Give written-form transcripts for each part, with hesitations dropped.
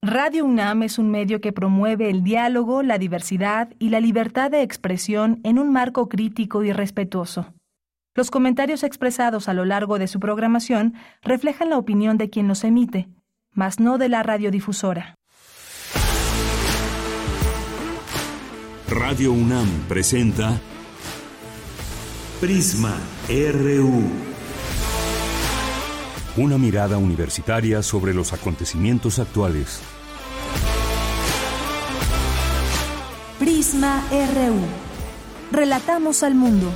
Radio UNAM es un medio que promueve el diálogo, la diversidad y la libertad de expresión en un marco crítico y respetuoso. Los comentarios expresados a lo largo de su programación reflejan la opinión de quien los emite, mas no de la radiodifusora. Radio UNAM presenta Prisma RU. Una mirada universitaria sobre los acontecimientos actuales. Prisma RU. Relatamos al mundo.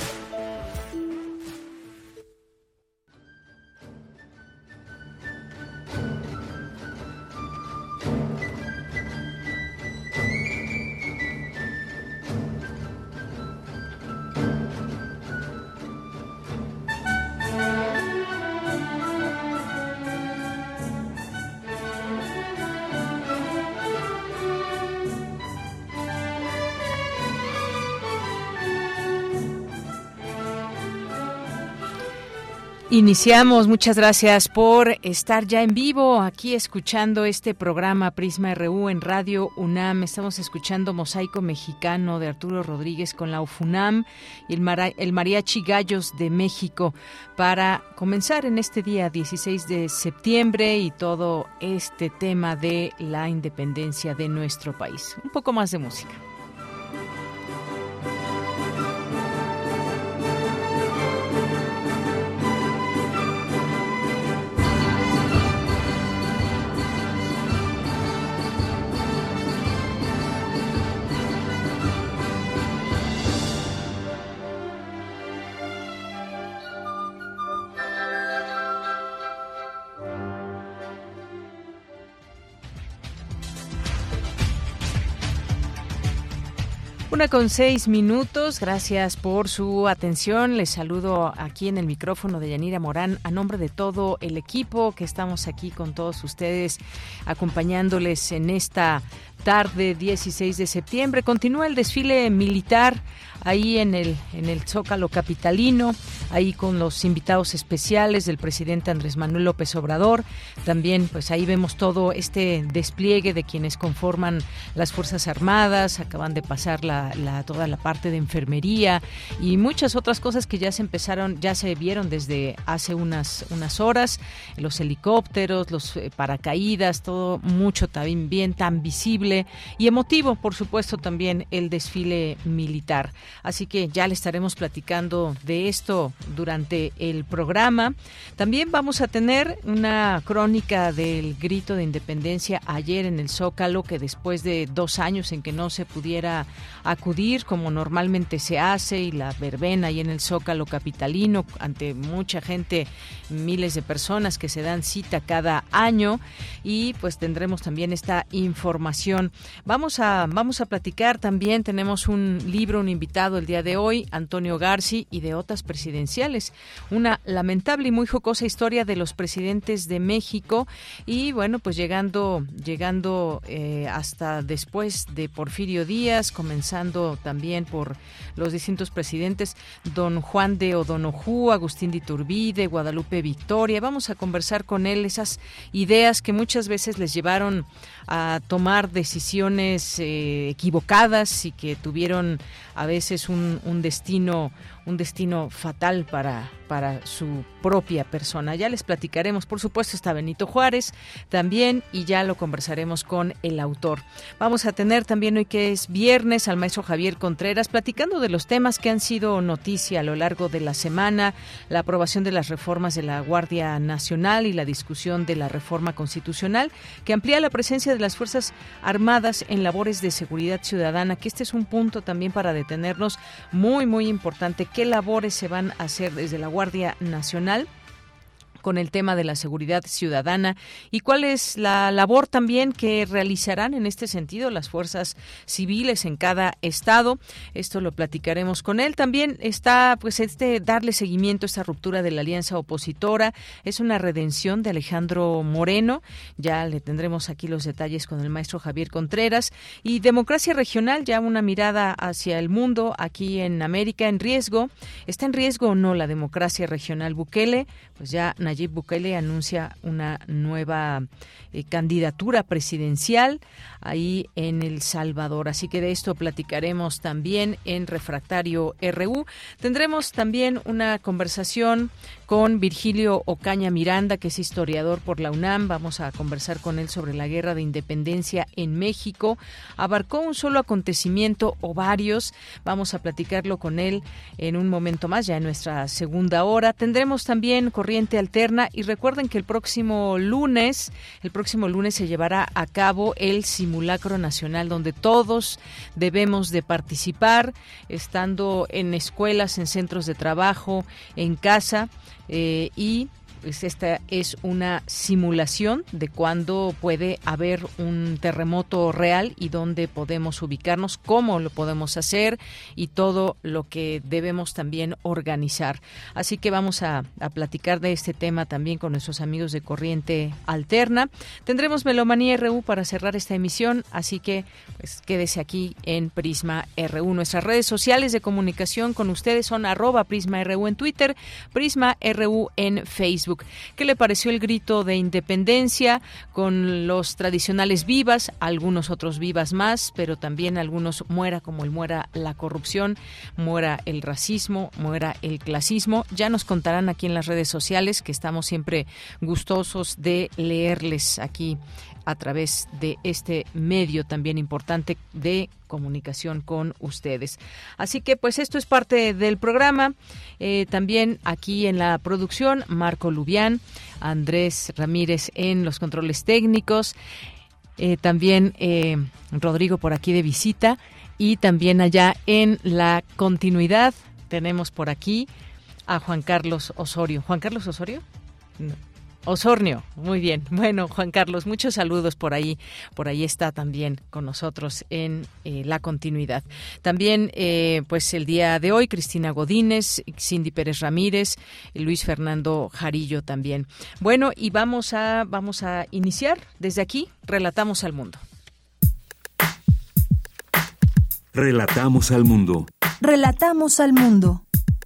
Iniciamos, muchas gracias por estar ya en vivo aquí escuchando este programa Prisma RU en Radio UNAM. Estamos escuchando Mosaico Mexicano de Arturo Rodríguez con la UFUNAM y el Mariachi Gallos de México para comenzar en este día 16 de septiembre y todo este tema de la independencia de nuestro país. Un poco más de música. Una con 6 minutos, gracias por su atención. Les saludo aquí en el micrófono de Yanira Morán a nombre de todo el equipo que estamos aquí con todos ustedes acompañándoles en esta tarde 16 de septiembre. Continúa el desfile militar ahí en el Zócalo capitalino, ahí con los invitados especiales del presidente Andrés Manuel López Obrador. También pues ahí vemos todo este despliegue de quienes conforman las Fuerzas Armadas. Acaban de pasar toda la parte de enfermería y muchas otras cosas que ya se vieron desde hace unas horas. Los helicópteros, los paracaídas, todo mucho también tan visible y emotivo, por supuesto, también el desfile militar. Así que ya le estaremos platicando de esto durante el programa. También vamos a tener una crónica del grito de independencia ayer en el Zócalo, que después de 2 años en que no se pudiera acudir como normalmente se hace, y la verbena ahí en el Zócalo capitalino ante mucha gente, miles de personas que se dan cita cada año, y pues tendremos también esta información. Vamos a platicar también, tenemos un invitado el día de hoy, Antonio Garci, y de otras presidenciales, una lamentable y muy jocosa historia de los presidentes de México, y bueno, pues llegando hasta después de Porfirio Díaz, comenzando también por los distintos presidentes, don Juan de O'Donoghue, Agustín de Iturbide, Guadalupe Victoria. Vamos a conversar con él esas ideas que muchas veces les llevaron a tomar decisiones equivocadas y que tuvieron a veces un destino fatal para su propia persona. Ya les platicaremos, por supuesto, está Benito Juárez también, y ya lo conversaremos con el autor. Vamos a tener también hoy, que es viernes, al maestro Javier Contreras platicando de los temas que han sido noticia a lo largo de la semana: la aprobación de las reformas de la Guardia Nacional y la discusión de la reforma constitucional que amplía la presencia de las Fuerzas Armadas en labores de seguridad ciudadana, que este es un punto también para detenernos muy, muy importante. ¿Qué labores se van a hacer desde la Guardia Nacional con el tema de la seguridad ciudadana, y cuál es la labor también que realizarán en este sentido las fuerzas civiles en cada estado? Esto lo platicaremos con él. También está pues darle seguimiento a esta ruptura de la alianza opositora. Es una redención de Alejandro Moreno. Ya le tendremos aquí los detalles con el maestro Javier Contreras. Y democracia regional, ya una mirada hacia el mundo aquí en América. ¿Está en riesgo o no la democracia regional? Bukele, pues ya Nayib Bukele anuncia una nueva candidatura presidencial ahí en El Salvador. Así que de esto platicaremos también en Refractario RU. Tendremos también una conversación con Virgilio Ocaña Miranda, que es historiador por la UNAM. Vamos a conversar con él sobre la Guerra de Independencia en México. ¿Abarcó un solo acontecimiento o varios? Vamos a platicarlo con él en un momento más, ya en nuestra segunda hora. Tendremos también Corriente Alterna y recuerden que el próximo lunes se llevará a cabo el simulacro nacional, donde todos debemos de participar, estando en escuelas, en centros de trabajo, en casa, y pues esta es una simulación de cuándo puede haber un terremoto real y dónde podemos ubicarnos, cómo lo podemos hacer y todo lo que debemos también organizar. Así que vamos a platicar de este tema también con nuestros amigos de Corriente Alterna. Tendremos Melomanía RU para cerrar esta emisión, así que pues quédese aquí en Prisma RU. Nuestras redes sociales de comunicación con ustedes son @PrismaRU en Twitter, Prisma RU en Facebook. ¿Qué le pareció el grito de independencia con los tradicionales vivas, algunos otros vivas más, pero también algunos muera como el muera la corrupción, muera el racismo, muera el clasismo? Ya nos contarán aquí en las redes sociales, que estamos siempre gustosos de leerles aquí a través de este medio también importante de comunicación con ustedes. Así que pues esto es parte del programa. También aquí en la producción, Marco Lubián, Andrés Ramírez en los controles técnicos, también Rodrigo por aquí de visita, y también allá en la continuidad tenemos por aquí a Juan Carlos Osorio. ¿Juan Carlos Osorio? No. Osornio, muy bien. Bueno, Juan Carlos, muchos saludos por ahí. Por ahí está también con nosotros en la continuidad. También, pues el día de hoy, Cristina Godínez, Cindy Pérez Ramírez, Luis Fernando Jarillo también. Bueno, y vamos a iniciar desde aquí. Relatamos al mundo. Relatamos al mundo. Relatamos al mundo.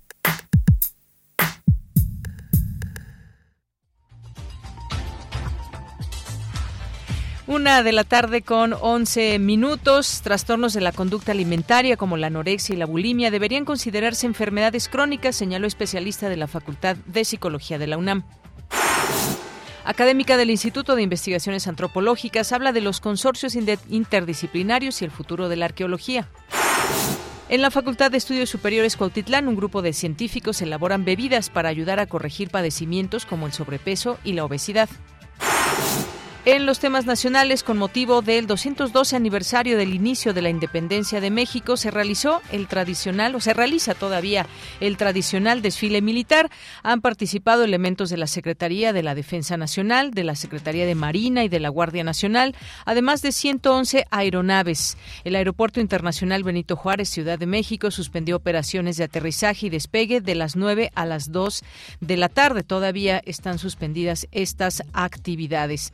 1:11 p.m. Trastornos de la conducta alimentaria como la anorexia y la bulimia deberían considerarse enfermedades crónicas, señaló especialista de la Facultad de Psicología de la UNAM. Académica del Instituto de Investigaciones Antropológicas habla de los consorcios interdisciplinarios y el futuro de la arqueología. En la Facultad de Estudios Superiores Cuautitlán, un grupo de científicos elaboran bebidas para ayudar a corregir padecimientos como el sobrepeso y la obesidad. En los temas nacionales, con motivo del 212 aniversario del inicio de la independencia de México, se realiza todavía el tradicional desfile militar. Han participado elementos de la Secretaría de la Defensa Nacional, de la Secretaría de Marina y de la Guardia Nacional, además de 111 aeronaves. El Aeropuerto Internacional Benito Juárez, Ciudad de México, suspendió operaciones de aterrizaje y despegue de las 9 a las 2 de la tarde. Todavía están suspendidas estas actividades.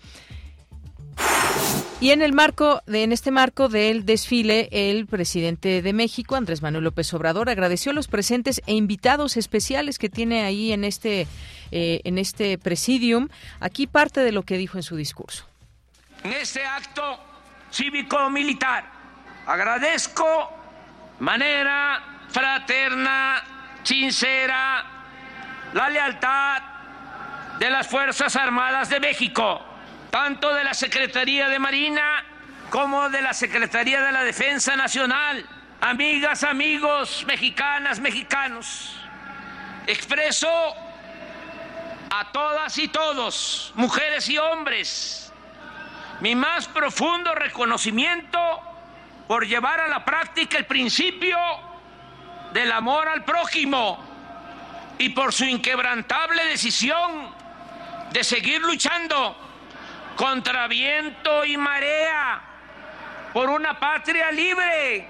Y en este marco del desfile, el presidente de México, Andrés Manuel López Obrador, agradeció a los presentes e invitados especiales que tiene ahí en este presidium. Aquí parte de lo que dijo en su discurso. En este acto cívico-militar agradezco de manera fraterna, sincera, la lealtad de las Fuerzas Armadas de México, tanto de la Secretaría de Marina como de la Secretaría de la Defensa Nacional. Amigas, amigos, mexicanas, mexicanos, expreso a todas y todos, mujeres y hombres, mi más profundo reconocimiento por llevar a la práctica el principio del amor al prójimo y por su inquebrantable decisión de seguir luchando contra viento y marea por una patria libre,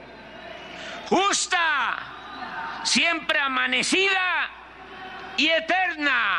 justa, siempre amanecida y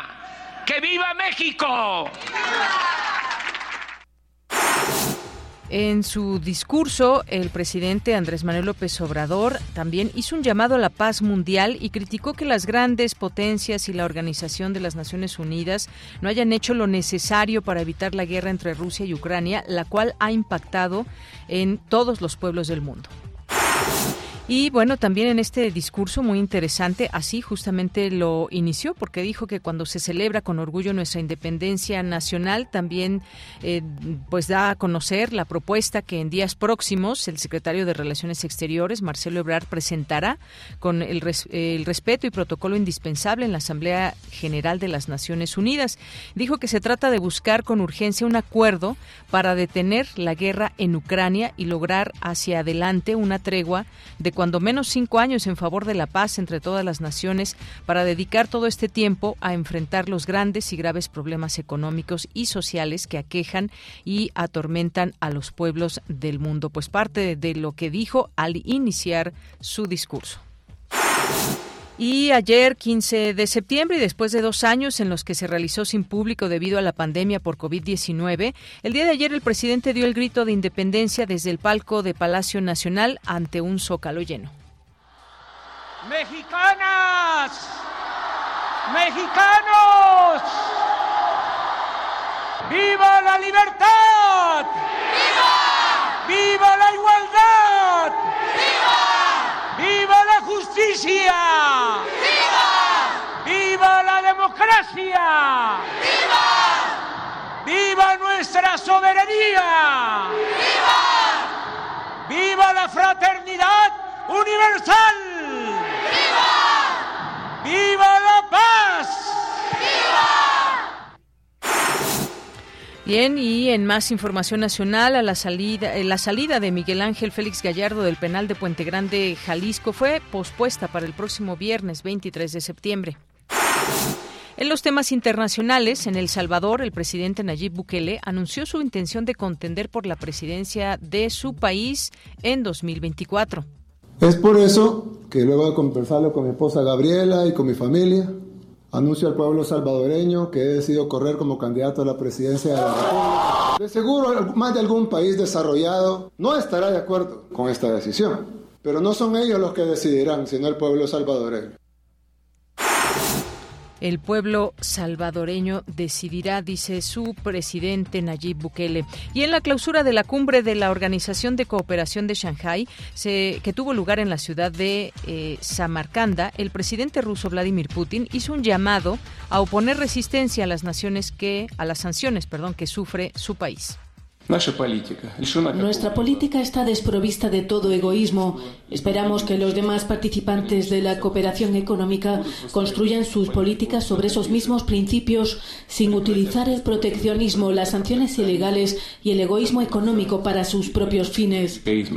eterna. ¡Que viva México! En su discurso, el presidente Andrés Manuel López Obrador también hizo un llamado a la paz mundial y criticó que las grandes potencias y la Organización de las Naciones Unidas no hayan hecho lo necesario para evitar la guerra entre Rusia y Ucrania, la cual ha impactado en todos los pueblos del mundo. Y bueno, también en este discurso muy interesante, así justamente lo inició, porque dijo que cuando se celebra con orgullo nuestra independencia nacional, también pues da a conocer la propuesta que en días próximos el secretario de Relaciones Exteriores, Marcelo Ebrard, presentará con el respeto y protocolo indispensable en la Asamblea General de las Naciones Unidas. Dijo que se trata de buscar con urgencia un acuerdo para detener la guerra en Ucrania y lograr hacia adelante una tregua de cuando menos 5 años en favor de la paz entre todas las naciones para dedicar todo este tiempo a enfrentar los grandes y graves problemas económicos y sociales que aquejan y atormentan a los pueblos del mundo. Pues parte de lo que dijo al iniciar su discurso. Y ayer, 15 de septiembre, y después de 2 años en los que se realizó sin público debido a la pandemia por COVID-19, el día de ayer el presidente dio el grito de independencia desde el palco de Palacio Nacional ante un zócalo lleno. ¡Mexicanas! ¡Mexicanos! ¡Viva la libertad! ¡Viva! ¡Viva la igualdad! ¡Viva! ¡Viva la justicia! ¡Viva! ¡Viva la democracia! ¡Viva! ¡Viva nuestra soberanía! ¡Viva! ¡Viva la fraternidad universal! ¡Viva! ¡Viva la paz! ¡Viva! Bien, y en más información nacional, la salida de Miguel Ángel Félix Gallardo del penal de Puente Grande, Jalisco, fue pospuesta para el próximo viernes 23 de septiembre. En los temas internacionales, en El Salvador, el presidente Nayib Bukele anunció su intención de contender por la presidencia de su país en 2024. Es por eso que luego de conversarlo con mi esposa Gabriela y con mi familia, anuncio al pueblo salvadoreño que he decidido correr como candidato a la presidencia de la República. De seguro, más de algún país desarrollado no estará de acuerdo con esta decisión, pero no son ellos los que decidirán, sino el pueblo salvadoreño. El pueblo salvadoreño decidirá, dice su presidente Nayib Bukele. Y en la clausura de la cumbre de la Organización de Cooperación de Shanghái, que tuvo lugar en la ciudad de Samarcanda, el presidente ruso Vladimir Putin hizo un llamado a oponer resistencia a las sanciones que sufre su país. Nuestra política está desprovista de todo egoísmo. Esperamos que los demás participantes de la cooperación económica construyan sus políticas sobre esos mismos principios sin utilizar el proteccionismo, las sanciones ilegales y el egoísmo económico para sus propios fines.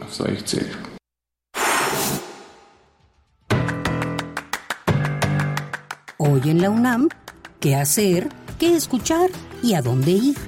Hoy en la UNAM, ¿qué hacer, qué escuchar y a dónde ir?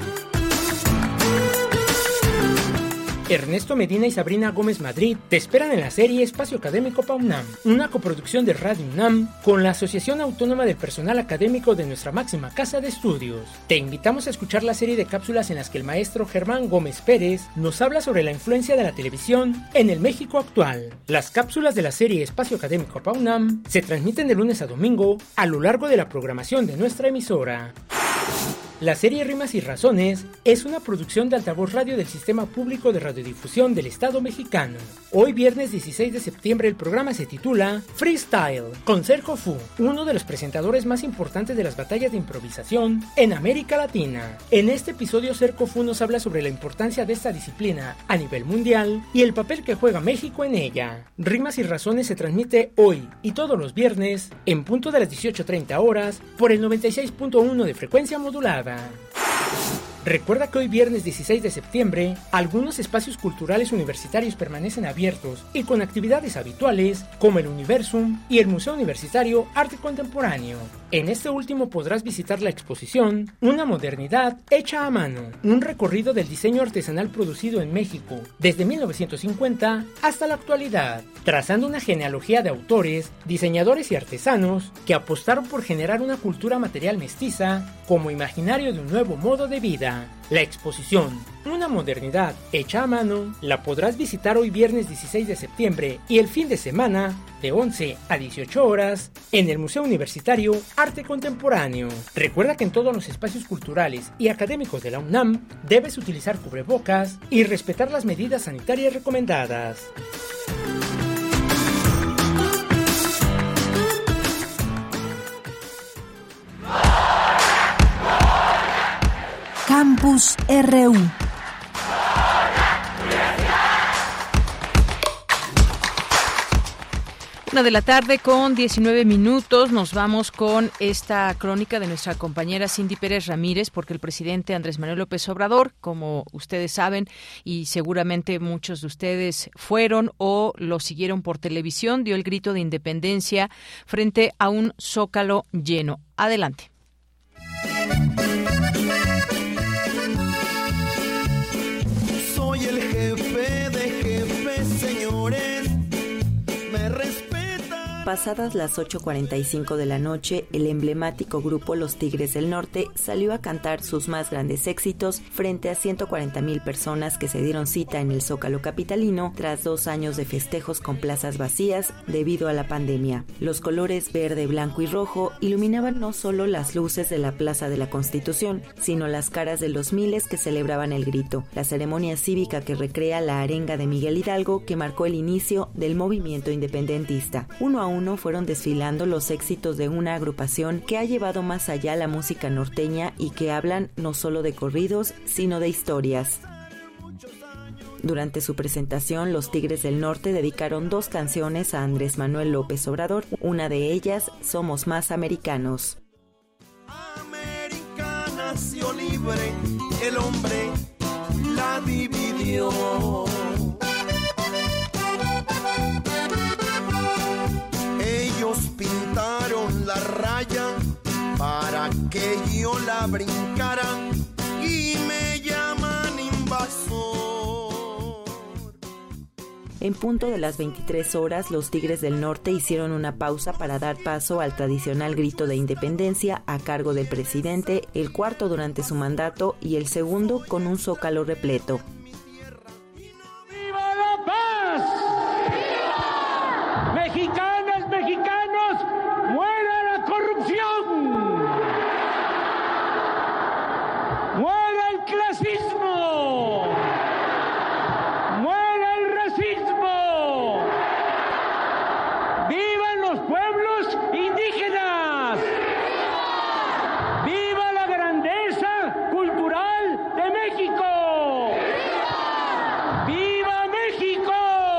Ernesto Medina y Sabrina Gómez Madrid te esperan en la serie Espacio Académico PAUNAM, una coproducción de Radio UNAM con la Asociación Autónoma del Personal Académico de nuestra máxima casa de estudios. Te invitamos a escuchar la serie de cápsulas en las que el maestro Germán Gómez Pérez nos habla sobre la influencia de la televisión en el México actual. Las cápsulas de la serie Espacio Académico PAUNAM se transmiten de lunes a domingo a lo largo de la programación de nuestra emisora. La serie Rimas y Razones es una producción de Altavoz Radio del Sistema Público de Radiodifusión del Estado Mexicano. Hoy, viernes 16 de septiembre, el programa se titula Freestyle, con Sergio Fu, uno de los presentadores más importantes de las batallas de improvisación en América Latina. En este episodio, Sergio Fu nos habla sobre la importancia de esta disciplina a nivel mundial y el papel que juega México en ella. Rimas y Razones se transmite hoy y todos los viernes, en punto de las 18:30 horas, por el 96.1 de frecuencia modulada. Recuerda que hoy viernes 16 de septiembre, algunos espacios culturales universitarios permanecen abiertos y con actividades habituales como el Universum y el Museo Universitario Arte Contemporáneo. En este último podrás visitar la exposición Una modernidad hecha a mano, un recorrido del diseño artesanal producido en México desde 1950 hasta la actualidad, trazando una genealogía de autores, diseñadores y artesanos que apostaron por generar una cultura material mestiza como imaginario de un nuevo modo de vida. Mexicana. La exposición, Una modernidad hecha a mano, la podrás visitar hoy viernes 16 de septiembre y el fin de semana de 11 a 18 horas en el Museo Universitario Arte Contemporáneo. Recuerda que en todos los espacios culturales y académicos de la UNAM debes utilizar cubrebocas y respetar las medidas sanitarias recomendadas. Campus RU. Una de la tarde con 19 minutos. Nos vamos con esta crónica de nuestra compañera Cindy Pérez Ramírez, porque el presidente Andrés Manuel López Obrador, como ustedes saben, y seguramente muchos de ustedes fueron o lo siguieron por televisión, dio el grito de independencia frente a un zócalo lleno. Adelante. Soy el jefe de jefes, señores, me respetan. Pasadas las 8:45 de la noche, el emblemático grupo Los Tigres del Norte salió a cantar sus más grandes éxitos frente a 140,000 personas que se dieron cita en el Zócalo capitalino tras 2 años de festejos con plazas vacías debido a la pandemia. Los colores verde, blanco y rojo iluminaban no solo las luces de la Plaza de la Constitución, sino las caras de los miles que celebraban el grito, la ceremonia cívica que recrea la arenga de Miguel Hidalgo que marcó el inicio del movimiento independentista. Uno a uno fueron desfilando los éxitos de una agrupación que ha llevado más allá la música norteña y que hablan no solo de corridos, sino de historias. Durante su presentación, los Tigres del Norte dedicaron 2 canciones a Andrés Manuel López Obrador, una de ellas, Somos Más Americanos. América nació libre, el hombre la dividió. Ellos pintaron la raya para que yo la brincara y me llaman invasor. En punto de las 23 horas, los Tigres del Norte hicieron una pausa para dar paso al tradicional grito de independencia a cargo del presidente, el cuarto durante su mandato y el segundo con un zócalo repleto. ¡Viva la paz! ¡Viva! ¡Mexicanas, mexicanos! ¡Muera la corrupción! ¡Muera el clasismo! ¡Muera el racismo! ¡Vivan los pueblos indígenas! ¡Viva la grandeza cultural de México! ¡Viva México!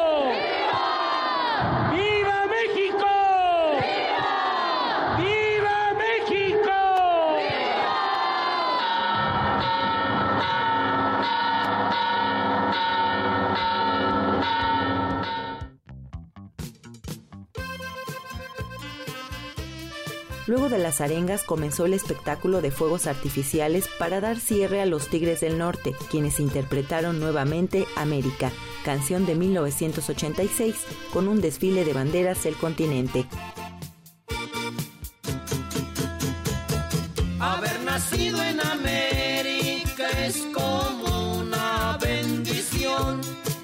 ¡Viva México! ¡Viva México! Luego de las arengas comenzó el espectáculo de fuegos artificiales para dar cierre a los Tigres del Norte, quienes interpretaron nuevamente América, canción de 1986, con un desfile de banderas del continente. Haber nacido en América es como una bendición.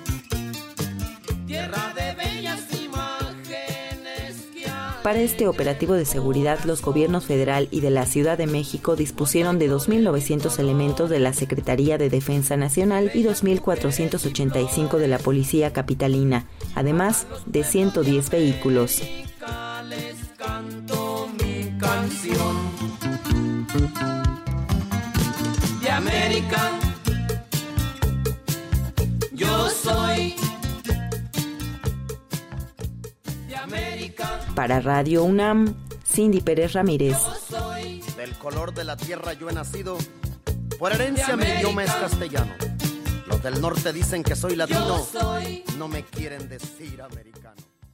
Tierra de bellas imágenes que hay. Para este operativo de seguridad, los gobiernos federal y de la Ciudad de México dispusieron de 2.900 elementos de la Secretaría de Defensa Nacional y 2.485 de la Policía Capitalina, además de 110 vehículos. Les canto mi canción de América. Yo soy de América. Para Radio UNAM, Cindy Pérez Ramírez. Del color de la tierra yo he nacido, por herencia mi idioma es castellano. Los del norte dicen que soy latino, no me quieren decir americano.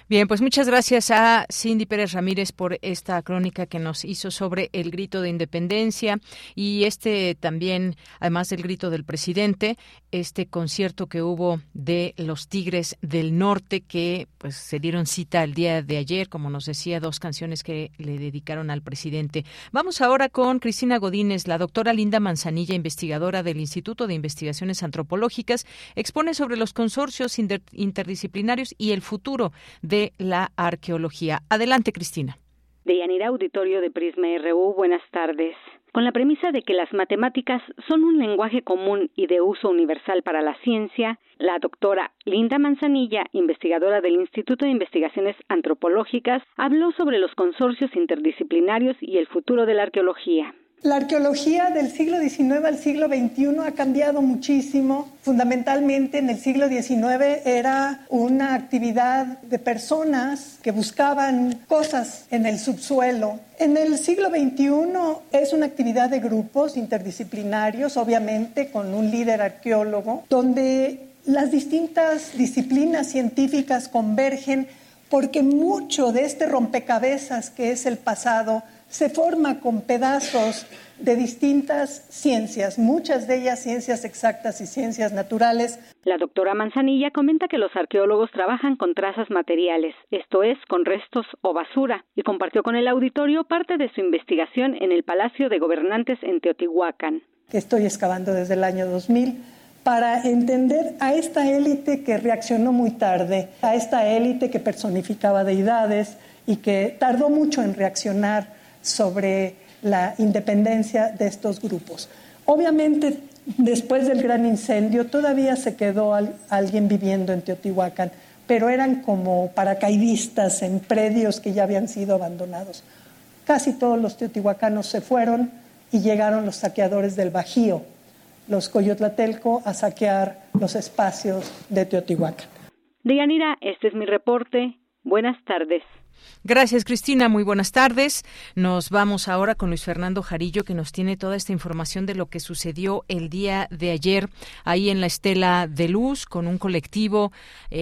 Bien, pues muchas gracias a Cindy Pérez Ramírez por esta crónica que nos hizo sobre el grito de independencia y también, además del grito del presidente, este concierto que hubo de los Tigres del Norte que pues se dieron cita el día de ayer, como nos decía, 2 canciones que le dedicaron al presidente. Vamos ahora con Cristina Godínez. La doctora Linda Manzanilla, investigadora del Instituto de Investigaciones Antropológicas, expone sobre los consorcios interdisciplinarios y el futuro de la arqueología. Adelante, Cristina. Deyanira, auditorio de Prisma RU, buenas tardes. Con la premisa de que las matemáticas son un lenguaje común y de uso universal para la ciencia, la doctora Linda Manzanilla, investigadora del Instituto de Investigaciones Antropológicas, habló sobre los consorcios interdisciplinarios y el futuro de la arqueología. La arqueología del siglo XIX al siglo XXI ha cambiado muchísimo. Fundamentalmente en el siglo XIX era una actividad de personas que buscaban cosas en el subsuelo. En el siglo XXI es una actividad de grupos interdisciplinarios, obviamente con un líder arqueólogo, donde las distintas disciplinas científicas convergen porque mucho de este rompecabezas que es el pasado se forma con pedazos de distintas ciencias, muchas de ellas ciencias exactas y ciencias naturales. La doctora Manzanilla comenta que los arqueólogos trabajan con trazas materiales, esto es, con restos o basura, y compartió con el auditorio parte de su investigación en el Palacio de Gobernantes en Teotihuacán. Estoy excavando desde el año 2000 para entender a esta élite que reaccionó muy tarde, a esta élite que personificaba deidades y que tardó mucho en reaccionar sobre la independencia de estos grupos. Obviamente, después del gran incendio, todavía se quedó alguien viviendo en Teotihuacán, pero eran como paracaidistas en predios que ya habían sido abandonados. Casi todos los teotihuacanos se fueron y llegaron los saqueadores del Bajío, los Coyotlatelco, a saquear los espacios de Teotihuacán. Deyanira, este es mi reporte. Buenas tardes. Gracias, Cristina. Muy buenas tardes. Nos vamos ahora con Luis Fernando Jarillo, que nos tiene toda esta información de lo que sucedió el día de ayer ahí en la Estela de Luz, con un colectivo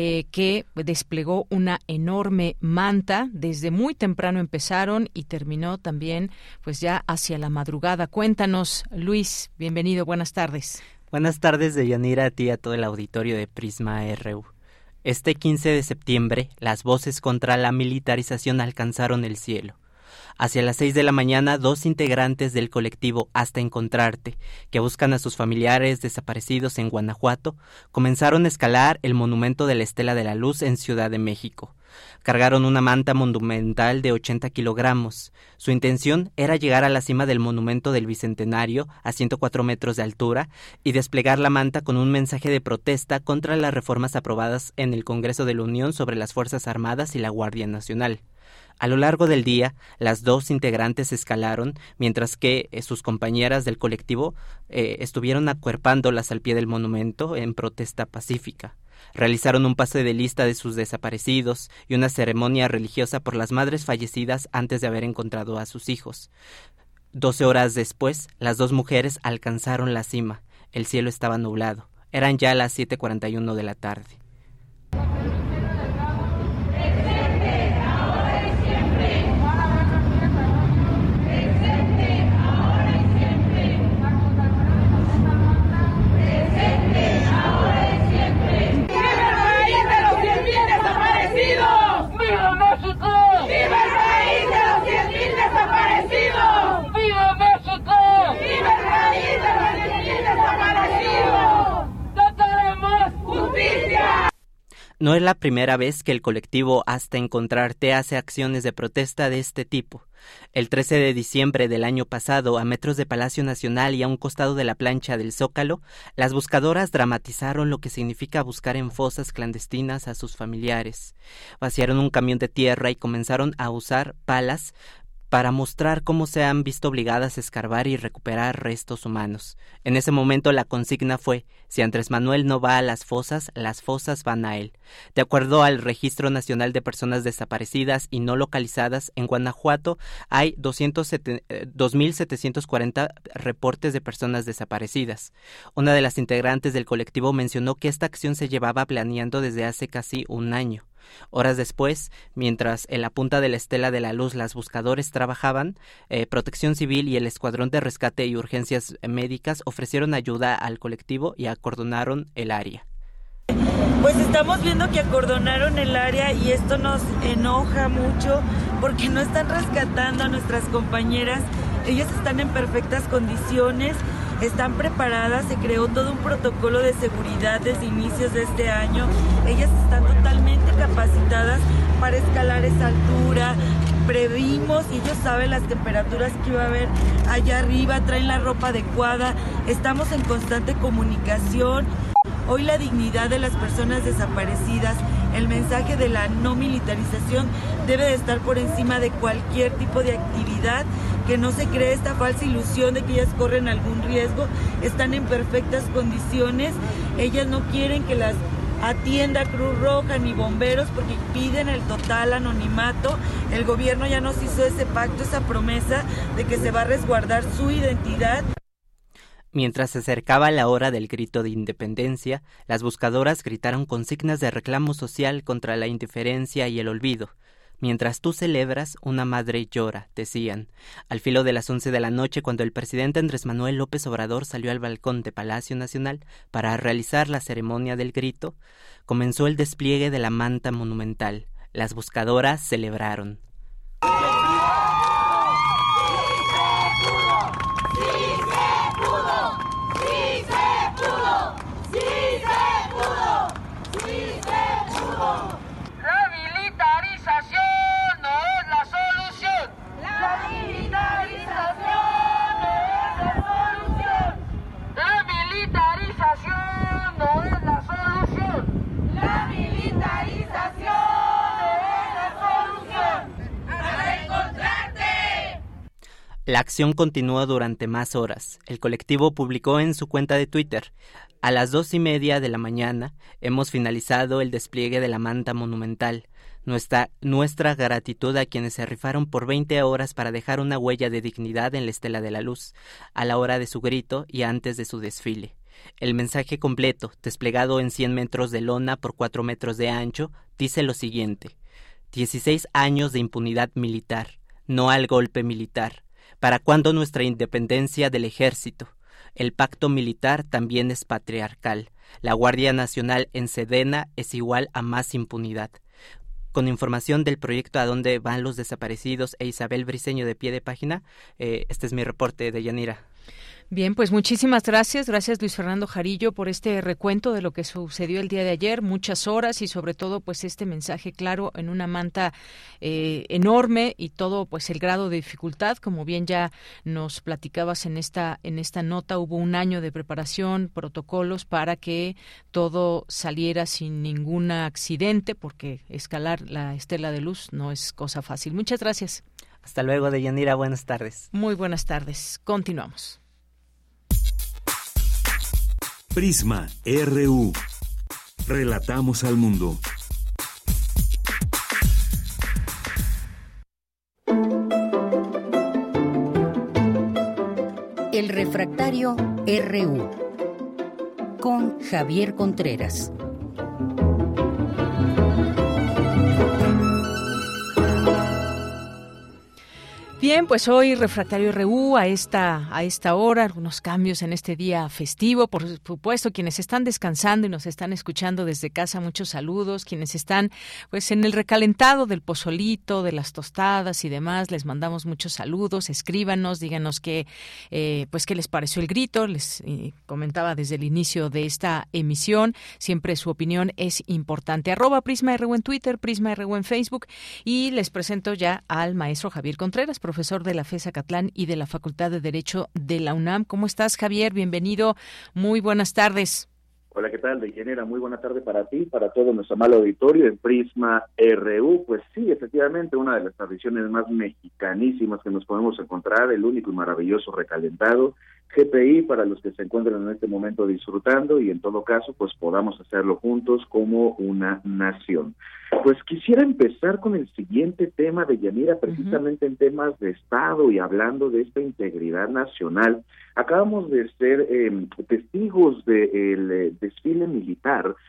que desplegó una enorme manta. Desde muy temprano empezaron y terminó también pues ya hacia la madrugada. Cuéntanos, Luis. Bienvenido. Buenas tardes. Buenas tardes, Deyanira, a ti y a todo el auditorio de Prisma RU. Este 15 de septiembre, las voces contra la militarización alcanzaron el cielo. Hacia las 6 de la mañana, 2 integrantes del colectivo Hasta Encontrarte, que buscan a sus familiares desaparecidos en Guanajuato, comenzaron a escalar el monumento de la Estela de la Luz en Ciudad de México. Cargaron una manta monumental de 80 kilogramos. Su intención era llegar a la cima del monumento del Bicentenario, a 104 metros de altura, y desplegar la manta con un mensaje de protesta contra las reformas aprobadas en el Congreso de la Unión sobre las Fuerzas Armadas y la Guardia Nacional. A lo largo del día, las 2 integrantes escalaron, mientras que sus compañeras del colectivo estuvieron acuerpándolas al pie del monumento en protesta pacífica. Realizaron un pase de lista de sus desaparecidos y una ceremonia religiosa por las madres fallecidas antes de haber encontrado a sus hijos. 12 horas después, las 2 mujeres alcanzaron la cima. El cielo estaba nublado. Eran ya las 7:41 de la tarde. No es la primera vez que el colectivo Hasta Encontrarte hace acciones de protesta de este tipo. El 13 de diciembre del año pasado, a metros de Palacio Nacional y a un costado de la plancha del Zócalo, las buscadoras dramatizaron lo que significa buscar en fosas clandestinas a sus familiares. Vaciaron un camión de tierra y comenzaron a usar palas para mostrar cómo se han visto obligadas a escarbar y recuperar restos humanos. En ese momento la consigna fue: si Andrés Manuel no va a las fosas van a él. De acuerdo al Registro Nacional de Personas Desaparecidas y No Localizadas, en Guanajuato hay 2.740 reportes de personas desaparecidas. Una de las integrantes del colectivo mencionó que esta acción se llevaba planeando desde hace casi un año. Horas después, mientras en la punta de la Estela de la Luz los buscadores trabajaban, Protección Civil y el Escuadrón de Rescate y Urgencias Médicas ofrecieron ayuda al colectivo y acordonaron el área. Pues estamos viendo que acordonaron el área y esto nos enoja mucho porque no están rescatando a nuestras compañeras. Ellas están en perfectas condiciones, están preparadas, se creó todo un protocolo de seguridad desde inicios de este año. Ellas están totalmente capacitadas para escalar esa altura. Previmos y ellos saben las temperaturas que iba a haber allá arriba, traen la ropa adecuada, estamos en constante comunicación. Hoy la dignidad de las personas desaparecidas, el mensaje de la no militarización debe de estar por encima de cualquier tipo de actividad, que no se cree esta falsa ilusión de que ellas corren algún riesgo, están en perfectas condiciones, ellas no quieren que las atienda Cruz Roja ni bomberos porque piden el total anonimato. El gobierno ya nos hizo ese pacto, esa promesa de que se va a resguardar su identidad. Mientras se acercaba la hora del grito de independencia, las buscadoras gritaron consignas de reclamo social contra la indiferencia y el olvido. Mientras tú celebras, una madre llora, decían. Al filo de las 11 de la noche, cuando el presidente Andrés Manuel López Obrador salió al balcón de Palacio Nacional para realizar la ceremonia del grito, comenzó el despliegue de la manta monumental. Las buscadoras celebraron. La acción continuó durante más horas. El colectivo publicó en su cuenta de Twitter: a las 2:30 de la mañana hemos finalizado el despliegue de la manta monumental. Nuestra gratitud a quienes se rifaron por 20 horas para dejar una huella de dignidad en la Estela de la Luz, a la hora de su grito y antes de su desfile. El mensaje completo, desplegado en 100 metros de lona por 4 metros de ancho, dice lo siguiente: 16 años de impunidad militar, no al golpe militar. ¿Para cuándo nuestra independencia del ejército? El pacto militar también es patriarcal. La Guardia Nacional en Sedena es igual a más impunidad. Con información del proyecto A dónde van los desaparecidos e Isabel Briceño de pie de página, este es mi reporte de Yanira. Bien, pues muchísimas gracias. Gracias, Luis Fernando Jarillo, por este recuento de lo que sucedió el día de ayer. Muchas horas y sobre todo pues este mensaje claro en una manta enorme y todo pues el grado de dificultad. Como bien ya nos platicabas en esta nota, hubo un año de preparación, protocolos para que todo saliera sin ningún accidente, porque escalar la Estela de Luz no es cosa fácil. Muchas gracias. Hasta luego, Deyanira. Buenas tardes. Muy buenas tardes. Continuamos. Prisma RU. Relatamos al mundo. El refractario RU con Javier Contreras. Bien, pues hoy Refractario RU a esta hora, algunos cambios en este día festivo, por supuesto, quienes están descansando y nos están escuchando desde casa, muchos saludos, quienes están pues en el recalentado del pozolito, de las tostadas y demás, les mandamos muchos saludos, escríbanos, díganos qué les pareció el grito, les comentaba desde el inicio de esta emisión, siempre su opinión es importante, @PrismaRU en Twitter, PrismaRU en Facebook, y les presento ya al maestro Javier Contreras, profesor de la FES Acatlán y de la Facultad de Derecho de la UNAM. ¿Cómo estás, Javier? Bienvenido. Muy buenas tardes. Hola, ¿qué tal, Deyanira? Muy buena tarde para ti, para todo nuestro amable auditorio en Prisma RU. Pues sí, efectivamente, una de las tradiciones más mexicanísimas que nos podemos encontrar, el único y maravilloso recalentado, GPI, para los que se encuentran en este momento disfrutando y en todo caso, pues podamos hacerlo juntos como una nación. Pues quisiera empezar con el siguiente tema, Deyanira, precisamente en temas de Estado y hablando de esta integridad nacional. Acabamos de ser testigos del desfile militar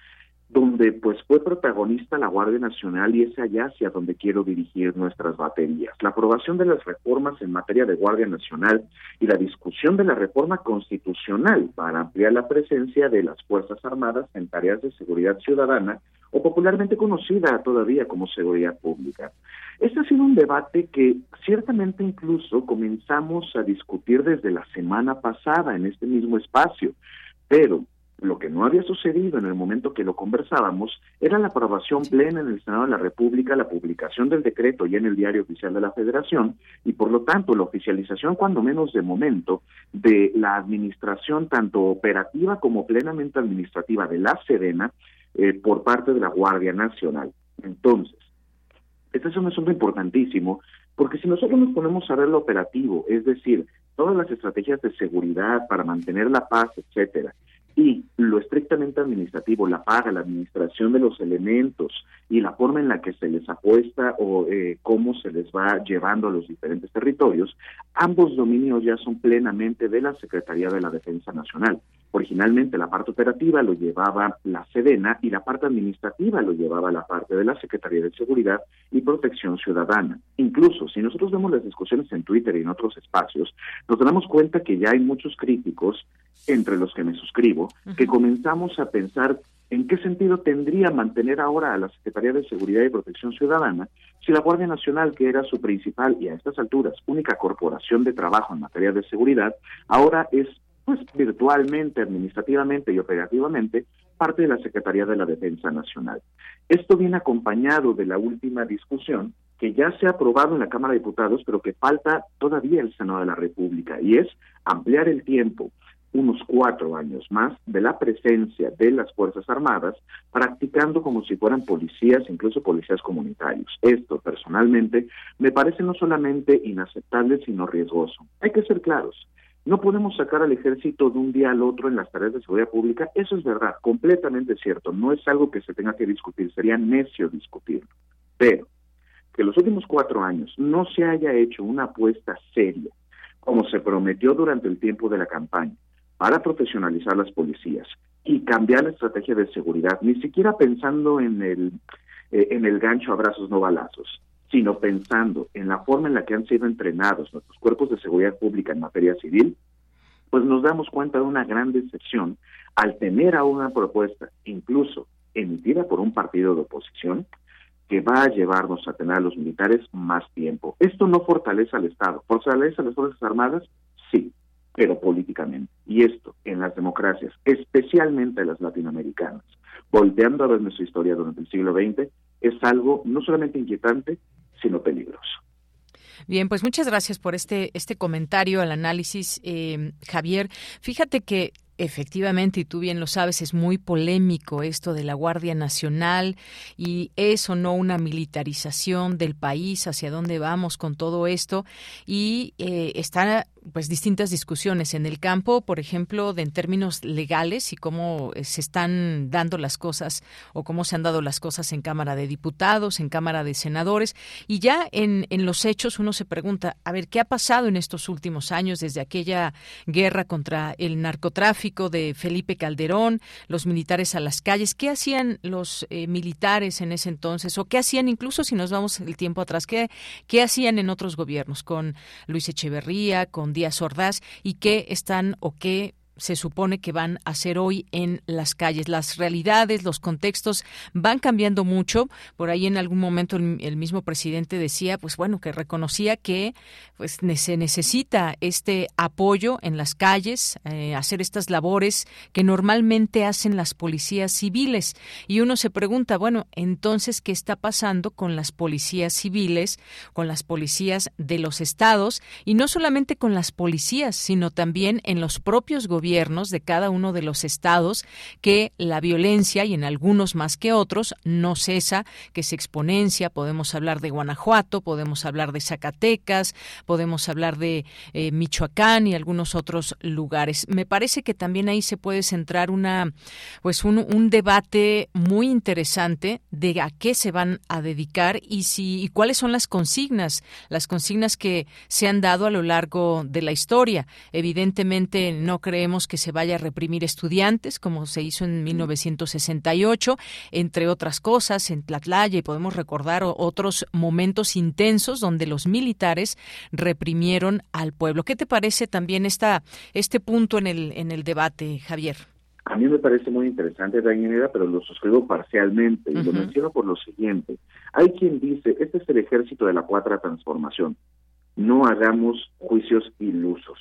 donde pues fue protagonista la Guardia Nacional, y es allá hacia donde quiero dirigir nuestras baterías. La aprobación de las reformas en materia de Guardia Nacional y la discusión de la reforma constitucional para ampliar la presencia de las Fuerzas Armadas en tareas de seguridad ciudadana, o popularmente conocida todavía como seguridad pública. Este ha sido un debate que ciertamente incluso comenzamos a discutir desde la semana pasada en este mismo espacio, pero lo que no había sucedido en el momento que lo conversábamos era la aprobación plena en el Senado de la República, la publicación del decreto ya en el Diario Oficial de la Federación, y por lo tanto la oficialización, cuando menos de momento, de la administración tanto operativa como plenamente administrativa de la Sedena por parte de la Guardia Nacional. Entonces, este es un asunto importantísimo, porque si nosotros nos ponemos a ver lo operativo, es decir, todas las estrategias de seguridad para mantener la paz, etcétera, y lo estrictamente administrativo, la paga, la administración de los elementos y la forma en la que se les apuesta o cómo se les va llevando a los diferentes territorios, ambos dominios ya son plenamente de la Secretaría de la Defensa Nacional. Originalmente la parte operativa lo llevaba la Sedena y la parte administrativa lo llevaba la parte de la Secretaría de Seguridad y Protección Ciudadana. Incluso, si nosotros vemos las discusiones en Twitter y en otros espacios, nos damos cuenta que ya hay muchos críticos, entre los que me suscribo, que comenzamos a pensar en qué sentido tendría mantener ahora a la Secretaría de Seguridad y Protección Ciudadana si la Guardia Nacional, que era su principal y a estas alturas única corporación de trabajo en materia de seguridad, ahora es pues virtualmente, administrativamente y operativamente parte de la Secretaría de la Defensa Nacional. Esto viene acompañado de la última discusión que ya se ha aprobado en la Cámara de Diputados, pero que falta todavía el Senado de la República, y es ampliar el tiempo unos 4 años más de la presencia de las Fuerzas Armadas, practicando como si fueran policías, incluso policías comunitarios. Esto, personalmente, me parece no solamente inaceptable, sino riesgoso. Hay que ser claros. No podemos sacar al ejército de un día al otro en las tareas de seguridad pública. Eso es verdad, completamente cierto. No es algo que se tenga que discutir, sería necio discutirlo. Pero que los últimos 4 años no se haya hecho una apuesta seria, como se prometió durante el tiempo de la campaña, para profesionalizar las policías y cambiar la estrategia de seguridad, ni siquiera pensando en el gancho abrazos no balazos, sino pensando en la forma en la que han sido entrenados nuestros cuerpos de seguridad pública en materia civil, pues nos damos cuenta de una gran decepción al tener a una propuesta, incluso emitida por un partido de oposición, que va a llevarnos a tener a los militares más tiempo. Esto no fortalece al Estado, fortalece a las Fuerzas Armadas, sí, pero políticamente. Y esto, en las democracias, especialmente las latinoamericanas, volteando a ver nuestra historia durante el siglo XX, es algo no solamente inquietante, sino peligroso. Bien, pues muchas gracias por este comentario, el análisis, Javier. Fíjate que efectivamente, y tú bien lo sabes, es muy polémico esto de la Guardia Nacional y es o no una militarización del país, hacia dónde vamos con todo esto, y están pues distintas discusiones en el campo, por ejemplo, en términos legales y cómo se están dando las cosas o cómo se han dado las cosas en Cámara de Diputados, en Cámara de Senadores, y ya en los hechos uno se pregunta, a ver, ¿qué ha pasado en estos últimos años desde aquella guerra contra el narcotráfico de Felipe Calderón, los militares a las calles? ¿Qué hacían los militares en ese entonces? ¿O qué hacían, incluso si nos vamos el tiempo atrás, qué hacían en otros gobiernos con Luis Echeverría, con Díaz Ordaz, y qué están o qué se supone que van a hacer hoy en las calles? Las realidades, los contextos van cambiando mucho. Por ahí en algún momento el mismo presidente decía, pues bueno, que reconocía que pues se necesita este apoyo en las calles, hacer estas labores que normalmente hacen las policías civiles. Y uno se pregunta, bueno, entonces, ¿qué está pasando con las policías civiles, con las policías de los estados? Y no solamente con las policías, sino también en los propios gobiernos de cada uno de los estados, que la violencia, y en algunos más que otros, no cesa, que se exponencia. Podemos hablar de Guanajuato, podemos hablar de Zacatecas, podemos hablar de Michoacán y algunos otros lugares. Me parece que también ahí se puede centrar un debate muy interesante de a qué se van a dedicar y cuáles son las consignas que se han dado a lo largo de la historia. Evidentemente no creemos esperamos que se vaya a reprimir estudiantes, como se hizo en 1968, entre otras cosas, en Tlatlaya, y podemos recordar otros momentos intensos donde los militares reprimieron al pueblo. ¿Qué te parece también este punto en el debate, Javier? A mí me parece muy interesante, Dayanera, pero lo suscribo parcialmente, y lo menciono por lo siguiente. Hay quien dice, este es el ejército de la Cuarta Transformación. No hagamos juicios ilusos.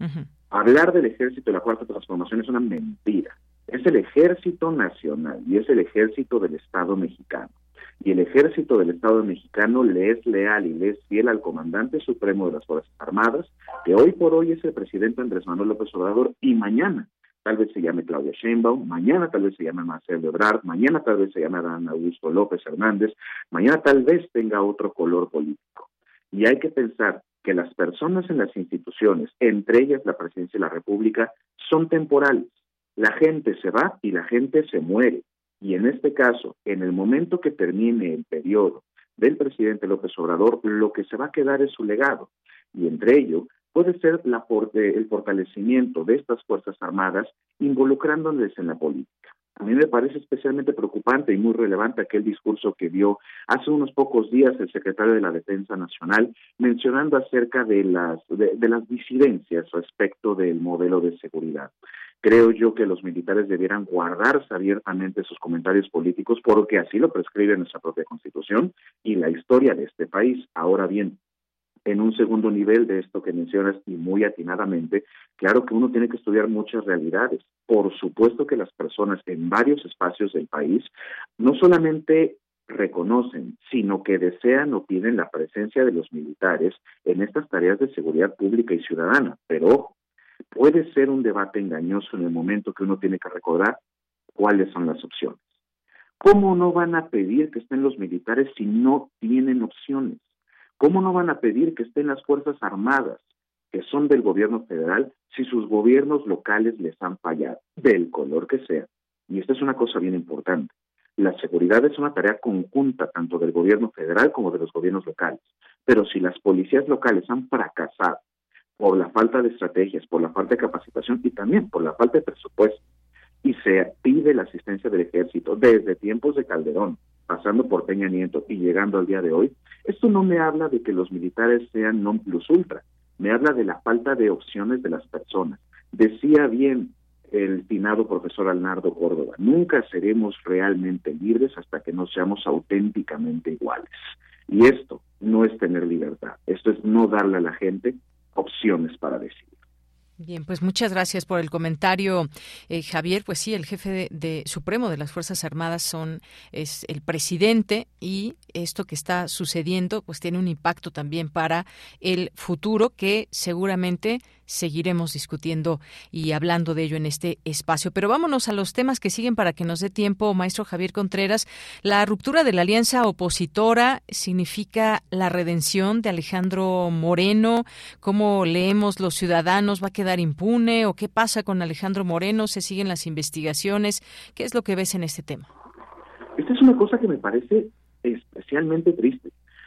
Hablar del ejército de la Cuarta Transformación es una mentira. Es el ejército nacional y es el ejército del Estado mexicano. Y el ejército del Estado mexicano le es leal y le es fiel al comandante supremo de las Fuerzas Armadas, que hoy por hoy es el presidente Andrés Manuel López Obrador, y mañana tal vez se llame Claudia Sheinbaum, mañana tal vez se llame Marcelo Ebrard, mañana tal vez se llame Adán Augusto López Hernández, mañana tal vez tenga otro color político. Y hay que pensar que las personas en las instituciones, entre ellas la Presidencia de la República, son temporales. La gente se va y la gente se muere. Y en este caso, en el momento que termine el periodo del presidente López Obrador, lo que se va a quedar es su legado. Y entre ello puede ser el fortalecimiento de estas Fuerzas Armadas involucrándoles en la política. A mí me parece especialmente preocupante y muy relevante aquel discurso que dio hace unos pocos días el secretario de la Defensa Nacional, mencionando acerca de las disidencias respecto del modelo de seguridad. Creo yo que los militares debieran guardarse abiertamente sus comentarios políticos porque así lo prescribe nuestra propia Constitución y la historia de este país. Ahora bien, en un segundo nivel de esto que mencionas y muy atinadamente, claro que uno tiene que estudiar muchas realidades. Por supuesto que las personas en varios espacios del país no solamente reconocen, sino que desean o piden la presencia de los militares en estas tareas de seguridad pública y ciudadana. Pero ojo, puede ser un debate engañoso en el momento que uno tiene que recordar cuáles son las opciones. ¿Cómo no van a pedir que estén los militares si no tienen opciones? ¿Cómo no van a pedir que estén las Fuerzas Armadas, que son del gobierno federal, si sus gobiernos locales les han fallado, del color que sea? Y esta es una cosa bien importante. La seguridad es una tarea conjunta tanto del gobierno federal como de los gobiernos locales. Pero si las policías locales han fracasado por la falta de estrategias, por la falta de capacitación y también por la falta de presupuesto, y se pide la asistencia del ejército desde tiempos de Calderón, pasando por Peña Nieto y llegando al día de hoy, esto no me habla de que los militares sean non plus ultra, me habla de la falta de opciones de las personas. Decía bien el finado profesor Arnaldo Córdoba, nunca seremos realmente libres hasta que no seamos auténticamente iguales. Y esto no es tener libertad, esto es no darle a la gente opciones para decidir. Bien, pues muchas gracias por el comentario, Javier. Pues sí, el jefe de supremo de las Fuerzas Armadas es el presidente, y esto que está sucediendo pues tiene un impacto también para el futuro que seguramente seguiremos discutiendo y hablando de ello en este espacio. Pero vámonos a los temas que siguen para que nos dé tiempo, maestro Javier Contreras. La ruptura de la alianza opositora significa la redención de Alejandro Moreno. ¿Cómo leemos los ciudadanos? ¿Va a quedar impune? ¿O qué pasa con Alejandro Moreno? ¿Se siguen las investigaciones? ¿Qué es lo que ves en este tema? Esta es una cosa que me parece especialmente triste.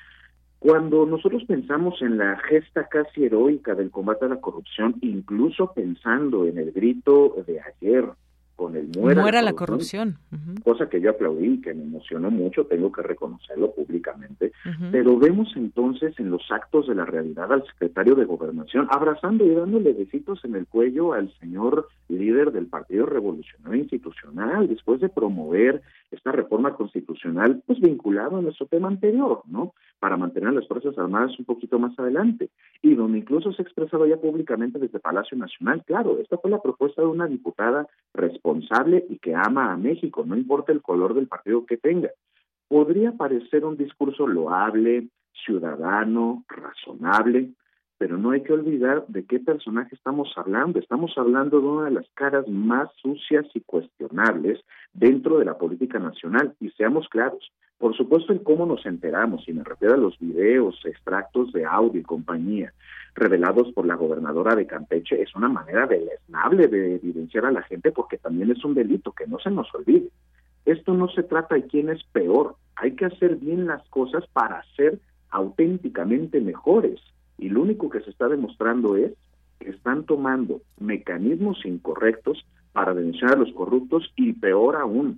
Cuando nosotros pensamos en la gesta casi heroica del combate a la corrupción, incluso pensando en el grito de ayer con el muera la corrupción, cosa que yo aplaudí, que me emocionó mucho, tengo que reconocerlo públicamente, pero vemos entonces en los actos de la realidad al secretario de Gobernación abrazando y dándole besitos en el cuello al señor líder del Partido Revolucionario Institucional, después de promover esta reforma constitucional, pues vinculado a nuestro tema anterior, ¿no? Para mantener a las Fuerzas Armadas un poquito más adelante, y donde incluso se ha expresado ya públicamente desde Palacio Nacional. Claro, esta fue la propuesta de una diputada responsable y que ama a México, no importa el color del partido que tenga. Podría parecer un discurso loable, ciudadano, razonable, pero no hay que olvidar de qué personaje estamos hablando. Estamos hablando de una de las caras más sucias y cuestionables dentro de la política nacional, y seamos claros, por supuesto el cómo nos enteramos, y me refiero a los videos, extractos de audio y compañía, revelados por la gobernadora de Campeche, es una manera deleznable de evidenciar a la gente, porque también es un delito, que no se nos olvide. Esto no se trata de quién es peor, hay que hacer bien las cosas para ser auténticamente mejores, y lo único que se está demostrando es que están tomando mecanismos incorrectos para denunciar a los corruptos y peor aún,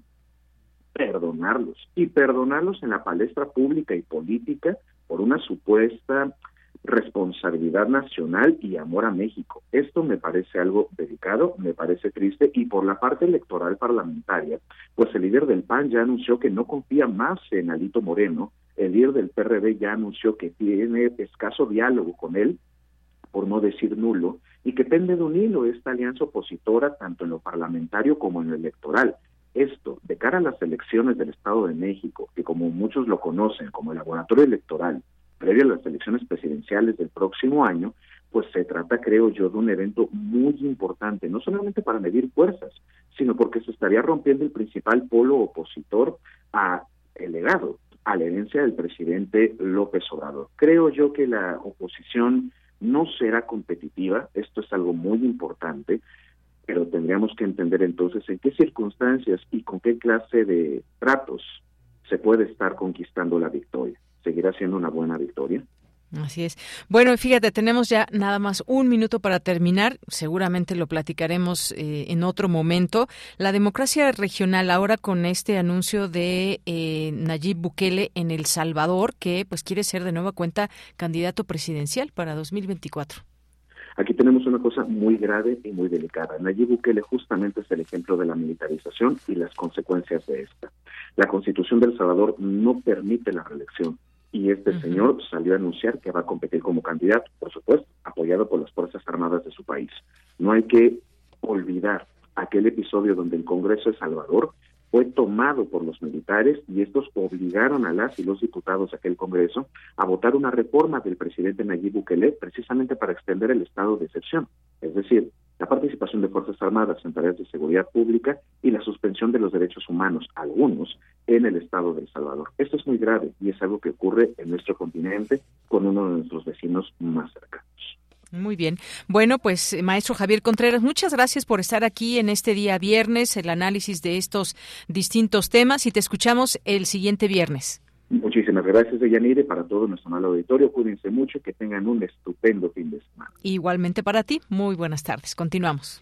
perdonarlos en la palestra pública y política por una supuesta responsabilidad nacional y amor a México. Esto me parece algo delicado, me parece triste, y por la parte electoral parlamentaria, pues el líder del PAN ya anunció que no confía más en Alito Moreno, el líder del PRD ya anunció que tiene escaso diálogo con él, por no decir nulo, y que pende de un hilo esta alianza opositora tanto en lo parlamentario como en lo electoral. Esto, de cara a las elecciones del Estado de México, que como muchos lo conocen como el laboratorio electoral, previo a las elecciones presidenciales del próximo año, pues se trata, creo yo, de un evento muy importante, no solamente para medir fuerzas, sino porque se estaría rompiendo el principal polo opositor a el legado, a la herencia del presidente López Obrador. Creo yo que la oposición no será competitiva, esto es algo muy importante, pero tendríamos que entender entonces en qué circunstancias y con qué clase de tratos se puede estar conquistando la victoria. ¿Seguirá siendo una buena victoria? Así es. Bueno, fíjate, tenemos ya nada más un minuto para terminar. Seguramente lo platicaremos en otro momento. La democracia regional ahora con este anuncio de Nayib Bukele en El Salvador, que pues quiere ser de nueva cuenta candidato presidencial para 2024. Aquí tenemos una cosa muy grave y muy delicada. Nayib Bukele justamente es el ejemplo de la militarización y las consecuencias de esta. La Constitución de El Salvador no permite la reelección. Y este señor salió a anunciar que va a competir como candidato, por supuesto, apoyado por las Fuerzas Armadas de su país. No hay que olvidar aquel episodio donde el Congreso de Salvador fue tomado por los militares y estos obligaron a las y los diputados de aquel Congreso a votar una reforma del presidente Nayib Bukele precisamente para extender el estado de excepción, es decir, la participación de Fuerzas Armadas en tareas de seguridad pública y la suspensión de los derechos humanos, algunos, en el estado de El Salvador. Esto es muy grave y es algo que ocurre en nuestro continente con uno de nuestros vecinos más cercanos. Muy bien. Bueno, pues maestro Javier Contreras, muchas gracias por estar aquí en este día viernes, el análisis de estos distintos temas, y te escuchamos el siguiente viernes. Muchísimas gracias, Deyanire, para todo nuestro mal auditorio. Cuídense mucho y que tengan un estupendo fin de semana. Igualmente para ti. Muy buenas tardes. Continuamos.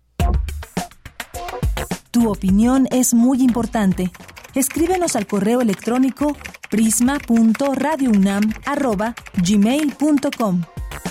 Tu opinión es muy importante. Escríbenos al correo electrónico prisma.radiounam@gmail.com.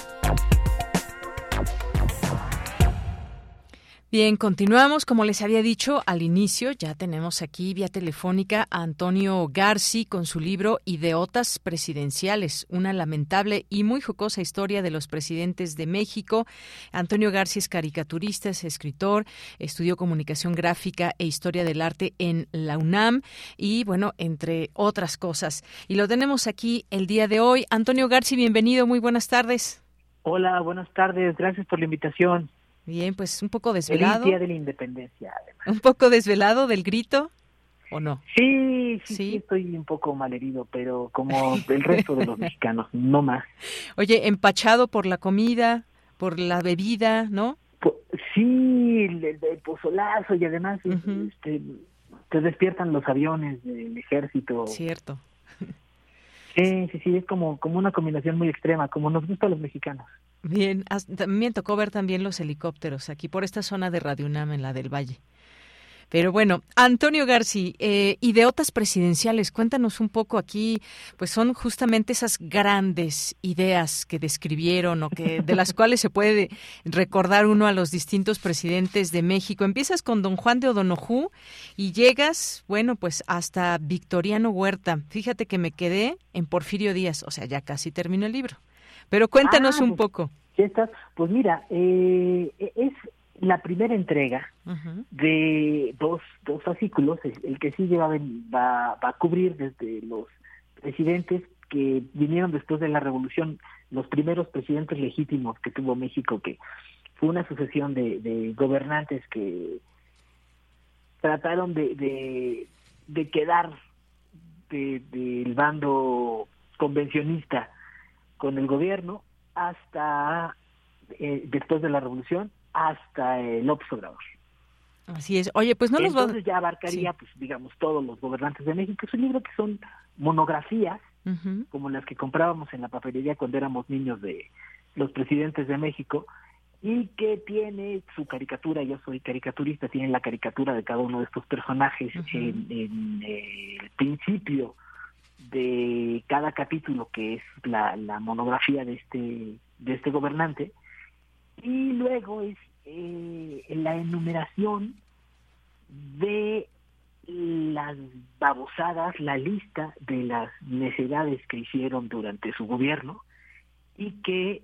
Bien, continuamos. Como les había dicho al inicio, ya tenemos aquí vía telefónica a Antonio Garci con su libro Ideotas Presidenciales, una lamentable y muy jocosa historia de los presidentes de México. Antonio Garci es caricaturista, es escritor, estudió comunicación gráfica e historia del arte en la UNAM y, bueno, entre otras cosas. Y lo tenemos aquí el día de hoy. Antonio Garci, bienvenido, muy buenas tardes. Hola, buenas tardes, gracias por la invitación. Bien, pues un poco desvelado. El Día de la Independencia, además. ¿Un poco desvelado del grito o no? Sí, estoy un poco malherido, pero como el resto de los mexicanos, no más. Oye, empachado por la comida, por la bebida, ¿no? Sí, el pozolazo y además te despiertan los aviones del ejército. Cierto. Sí, es como una combinación muy extrema, como nos gusta a los mexicanos. Bien, también tocó ver también los helicópteros aquí por esta zona de Radio UNAM, en la del Valle. Pero bueno, Antonio Garci, ideotas presidenciales, cuéntanos un poco aquí, pues son justamente esas grandes ideas que describieron o que de las cuales se puede recordar uno a los distintos presidentes de México. Empiezas con don Juan de O'Donojú y llegas, bueno, pues hasta Victoriano Huerta. Fíjate que me quedé en Porfirio Díaz, o sea, ya casi terminó el libro. Pero cuéntanos un poco. Ya estás. Pues mira, es la primera entrega de dos fascículos. El que sigue va a cubrir desde los presidentes que vinieron después de la Revolución, los primeros presidentes legítimos que tuvo México, que fue una sucesión de gobernantes que trataron de quedar del bando convencionista con el gobierno hasta después de la Revolución hasta López Obrador. Así es. Oye, pues no nos va... Entonces ya abarcaría, pues digamos, todos los gobernantes de México. Es un libro que son monografías, como las que comprábamos en la papelería cuando éramos niños de los presidentes de México, y que tiene su caricatura. Yo soy caricaturista, tiene la caricatura de cada uno de estos personajes en el principio de cada capítulo, que es la monografía de este gobernante, y luego es la enumeración de las babosadas, la lista de las necedades que hicieron durante su gobierno, y que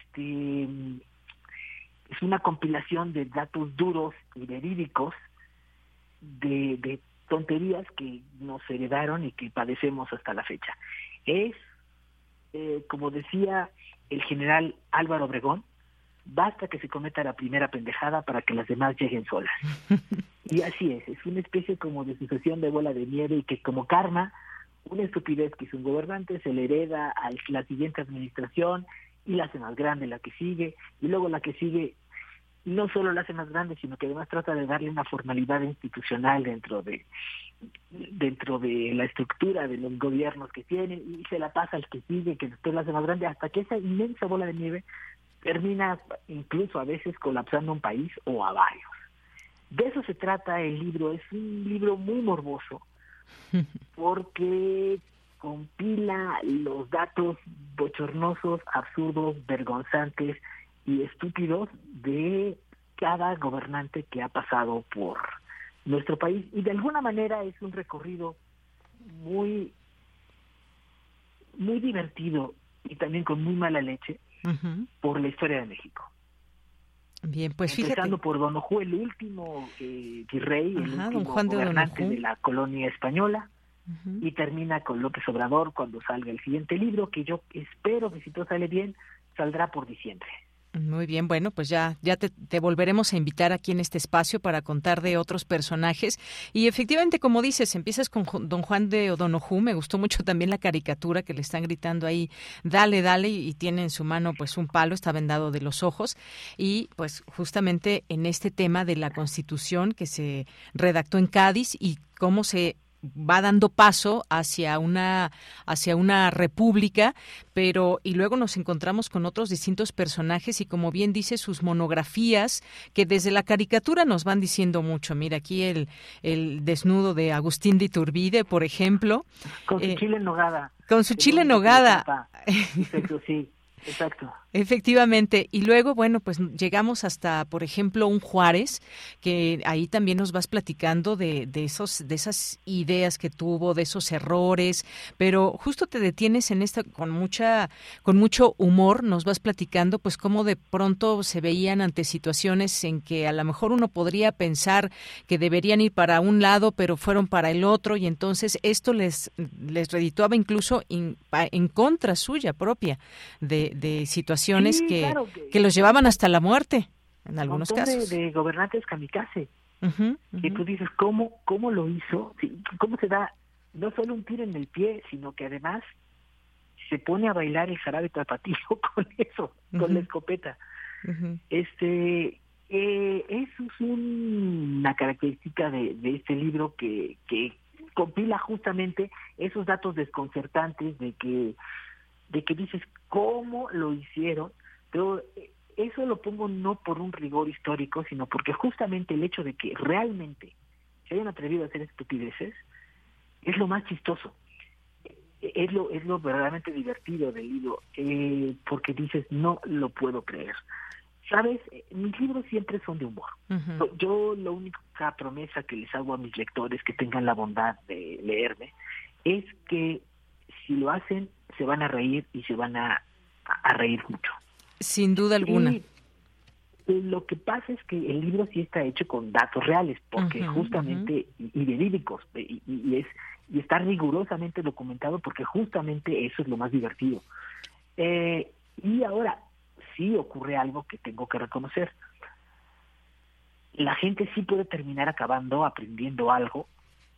es una compilación de datos duros y verídicos de tonterías que nos heredaron y que padecemos hasta la fecha. Es, como decía el general Álvaro Obregón, basta que se cometa la primera pendejada para que las demás lleguen solas. Y así es una especie como de sucesión de bola de nieve, y que como karma, una estupidez que hizo un gobernante se le hereda a la siguiente administración y la hace más grande la que sigue, y luego la que sigue no solo la hace más grande, sino que además trata de darle una formalidad institucional dentro de la estructura de los gobiernos que tiene, y se la pasa al que sigue, que después la hace más grande, hasta que esa inmensa bola de nieve termina incluso a veces colapsando un país o a varios. De eso se trata el libro. Es un libro muy morboso porque compila los datos bochornosos, absurdos, vergonzantes y estúpidos de cada gobernante que ha pasado por nuestro país, y de alguna manera es un recorrido muy muy divertido y también con muy mala leche por la historia de México. Bien, pues empezando fíjate. por Don Ojú, el último virrey, el último Don Juan gobernante de la colonia española, y termina con López Obrador cuando salga el siguiente libro, que yo espero que, si todo sale bien, saldrá por diciembre. Muy bien, bueno, pues ya te volveremos a invitar aquí en este espacio para contar de otros personajes. Y efectivamente, como dices, empiezas con Don Juan de O'Donoghue. Me gustó mucho también la caricatura que le están gritando ahí, dale, dale, y tiene en su mano pues un palo, está vendado de los ojos. Y pues justamente en este tema de la Constitución que se redactó en Cádiz y cómo se va dando paso hacia una república, pero y luego nos encontramos con otros distintos personajes y, como bien dice, sus monografías que desde la caricatura nos van diciendo mucho. Mira, aquí el desnudo de Agustín de Iturbide, por ejemplo, con su chile en nogada. Con su chile en nogada. Exacto, sí. Exacto. Efectivamente. Y luego, bueno, pues llegamos hasta, por ejemplo, un Juárez, que ahí también nos vas platicando de esas ideas que tuvo, de esos errores, pero justo te detienes en esta con mucho humor, nos vas platicando pues cómo de pronto se veían ante situaciones en que a lo mejor uno podría pensar que deberían ir para un lado, pero fueron para el otro, y entonces esto les redituaba incluso en contra suya propia de situaciones claro, que los llevaban hasta la muerte en algunos casos. De gobernantes kamikaze, que tú dices, ¿cómo lo hizo? Sí, ¿cómo se da no solo un tiro en el pie, sino que además se pone a bailar el jarabe tapatío con eso, con la escopeta? Eso es una característica de este libro que compila justamente esos datos desconcertantes de que dices, ¿cómo lo hicieron? Pero eso lo pongo no por un rigor histórico, sino porque justamente el hecho de que realmente se hayan atrevido a hacer estupideces es lo más chistoso, es lo verdaderamente divertido del libro, porque dices, no lo puedo creer. ¿Sabes? Mis libros siempre son de humor. Yo la única promesa que les hago a mis lectores que tengan la bondad de leerme es que si lo hacen, se van a reír y se van a reír mucho. Sin duda alguna. Y lo que pasa es que el libro sí está hecho con datos reales, porque justamente, y verídicos, y está rigurosamente documentado, porque justamente eso es lo más divertido. Y ahora, sí ocurre algo que tengo que reconocer. La gente sí puede terminar aprendiendo algo,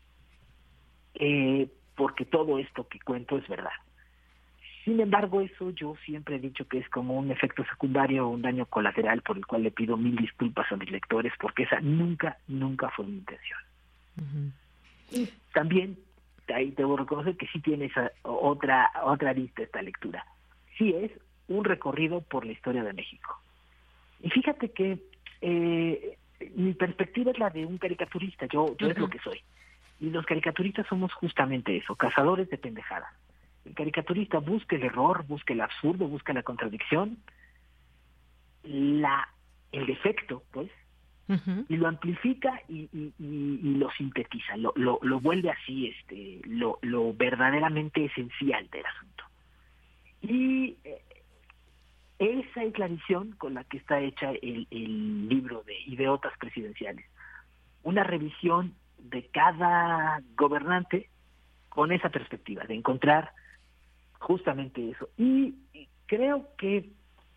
porque todo esto que cuento es verdad. Sin embargo, eso yo siempre he dicho que es como un efecto secundario o un daño colateral, por el cual le pido 1000 disculpas a mis lectores, porque esa nunca fue mi intención. Y también ahí debo reconocer que sí tiene esa otra arista esta lectura. Sí es un recorrido por la historia de México. Y fíjate que mi perspectiva es la de un caricaturista, yo es lo que soy. Y los caricaturistas somos justamente eso, cazadores de pendejadas. El caricaturista busca el error, busca el absurdo, busca la contradicción, el defecto, pues, y lo amplifica y lo sintetiza, lo vuelve así, lo verdaderamente esencial del asunto. Y esa es la visión con la que está hecha el libro de Ideotas Presidenciales. Una revisión de cada gobernante con esa perspectiva, de encontrar justamente eso. Y creo que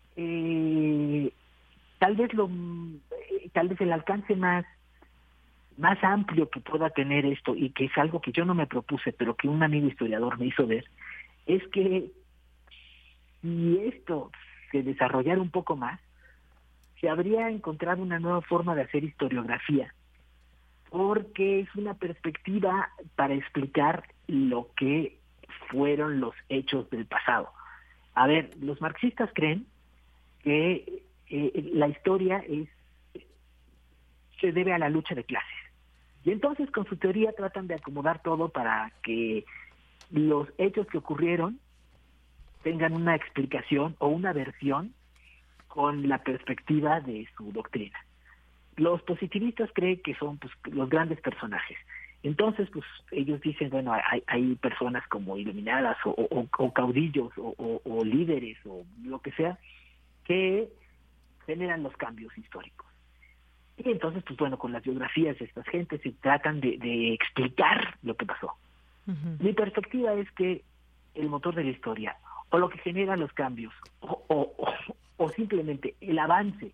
tal vez el alcance más amplio que pueda tener esto, y que es algo que yo no me propuse, pero que un amigo historiador me hizo ver, es que si esto se desarrollara un poco más, se habría encontrado una nueva forma de hacer historiografía, porque es una perspectiva para explicar lo que fueron los hechos del pasado. A ver, los marxistas creen que la historia se debe a la lucha de clases. Y entonces con su teoría tratan de acomodar todo para que los hechos que ocurrieron tengan una explicación o una versión con la perspectiva de su doctrina. Los positivistas creen que son pues los grandes personajes. Entonces, pues ellos dicen, bueno, hay personas como iluminadas o caudillos o líderes o lo que sea que generan los cambios históricos. Y entonces, pues bueno, con las biografías de estas gentes se tratan de explicar lo que pasó. Mi perspectiva es que el motor de la historia, o lo que genera los cambios, o simplemente el avance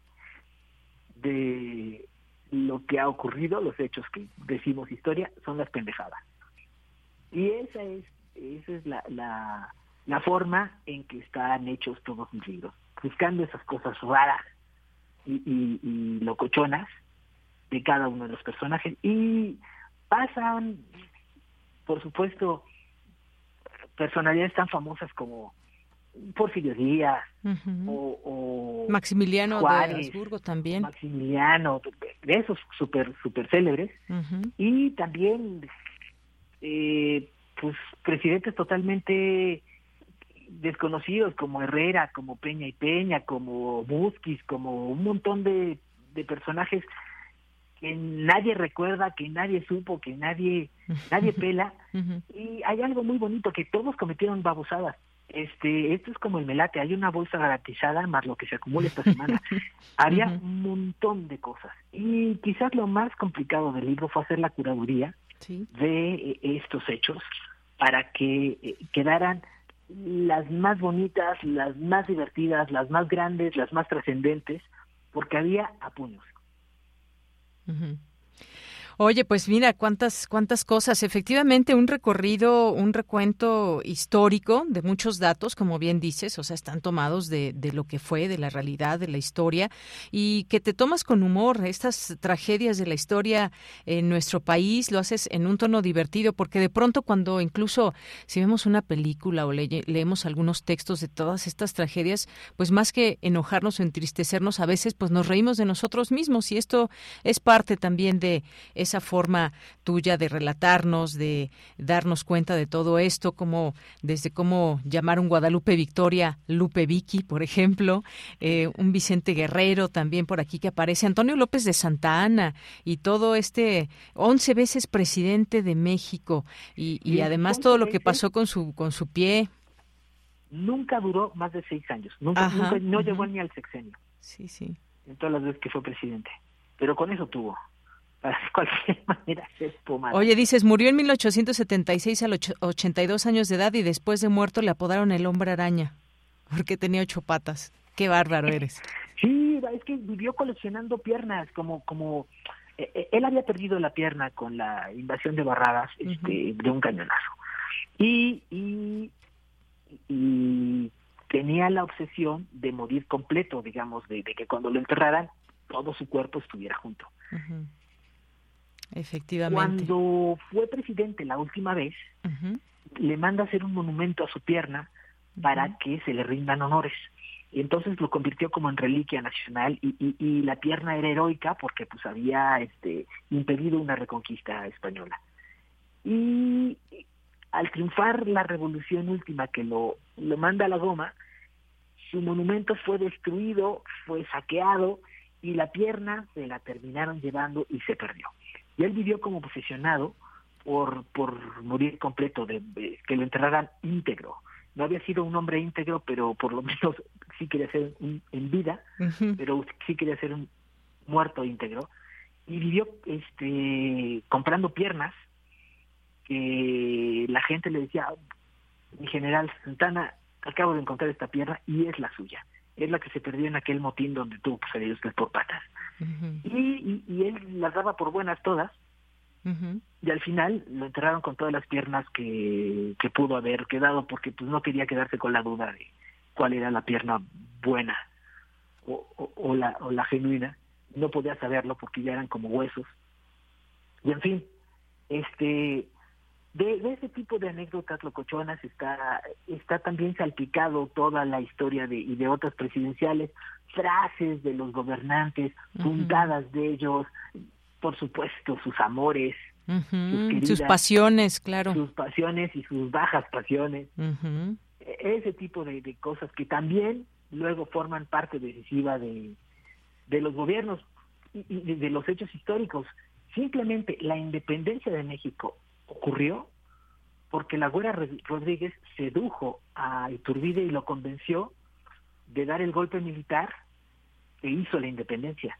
de lo que ha ocurrido, los hechos que decimos historia, son las pendejadas. Y esa es la forma en que están hechos todos mis libros, buscando esas cosas raras y locochonas de cada uno de los personajes. Y pasan, por supuesto, personalidades tan famosas como Porfirio Díaz o Maximiliano Juárez, de Habsburgo también. Maximiliano, de esos super célebres. Y también pues presidentes totalmente desconocidos como Herrera, como Peña y Peña, como Musquiz, como un montón de personajes que nadie recuerda, que nadie supo, que nadie pela. Y hay algo muy bonito, que todos cometieron babosadas. Esto es como el melate, hay una bolsa garantizada más lo que se acumula esta semana. Había un montón de cosas. Y quizás lo más complicado del libro fue hacer la curaduría de estos hechos para que quedaran las más bonitas, las más divertidas, las más grandes, las más trascendentes, porque había a puños. Oye, pues mira, cuántas cosas. Efectivamente, un recuento histórico de muchos datos, como bien dices, o sea, están tomados de lo que fue, de la realidad, de la historia, y que te tomas con humor estas tragedias de la historia en nuestro país, lo haces en un tono divertido, porque de pronto cuando incluso si vemos una película o leemos algunos textos de todas estas tragedias, pues más que enojarnos o entristecernos, a veces pues nos reímos de nosotros mismos, y esto es parte también de esa forma tuya de relatarnos, de darnos cuenta de todo esto, como desde cómo llamar un Guadalupe Victoria Lupe Vicky, por ejemplo, un Vicente Guerrero también por aquí que aparece, Antonio López de Santa Anna, y todo 11 veces presidente de México, y además todo lo que pasó con su pie. Nunca duró más de 6 años, no llegó ni al sexenio. Sí. En todas las veces que fue presidente, pero con eso tuvo. Para de cualquier manera ser pomada. Oye, dices, murió en 1876 a los 82 años de edad, y después de muerto le apodaron el Hombre Araña, porque tenía 8 patas. Qué bárbaro eres. Sí, es que vivió coleccionando piernas, como él había perdido la pierna con la invasión de Barradas, de un cañonazo. Y tenía la obsesión de morir completo, digamos, de que cuando lo enterraran, todo su cuerpo estuviera junto. Efectivamente. Cuando fue presidente la última vez, le manda hacer un monumento a su pierna para que se le rindan honores. Entonces lo convirtió como en reliquia nacional y la pierna era heroica porque pues había impedido una reconquista española. Y al triunfar la revolución última que lo manda a la goma, su monumento fue destruido, fue saqueado y la pierna se la terminaron llevando y se perdió. Y él vivió como obsesionado por morir completo, de que lo enterraran íntegro. No había sido un hombre íntegro, pero por lo menos sí quería ser en vida, pero sí quería ser un muerto íntegro. Y vivió comprando piernas, que la gente le decía, mi general Santana, acabo de encontrar esta pierna y es la suya. Es la que se perdió en aquel motín donde tuvo que salir usted por patas. Y él las daba por buenas todas. Y al final lo enterraron con todas las piernas que pudo haber quedado, porque pues no quería quedarse con la duda de cuál era la pierna buena o la genuina. No podía saberlo porque ya eran como huesos. Y en fin, de ese tipo de anécdotas locochonas está también salpicado toda la historia de otras presidenciales, frases de los gobernantes, puntadas de ellos, por supuesto sus amores, sus pasiones, claro. Sus pasiones y sus bajas pasiones. Ese tipo de cosas que también luego forman parte decisiva de los gobiernos y de los hechos históricos. Simplemente la independencia de México ocurrió porque la Güera Rodríguez sedujo a Iturbide y lo convenció de dar el golpe militar que hizo la independencia.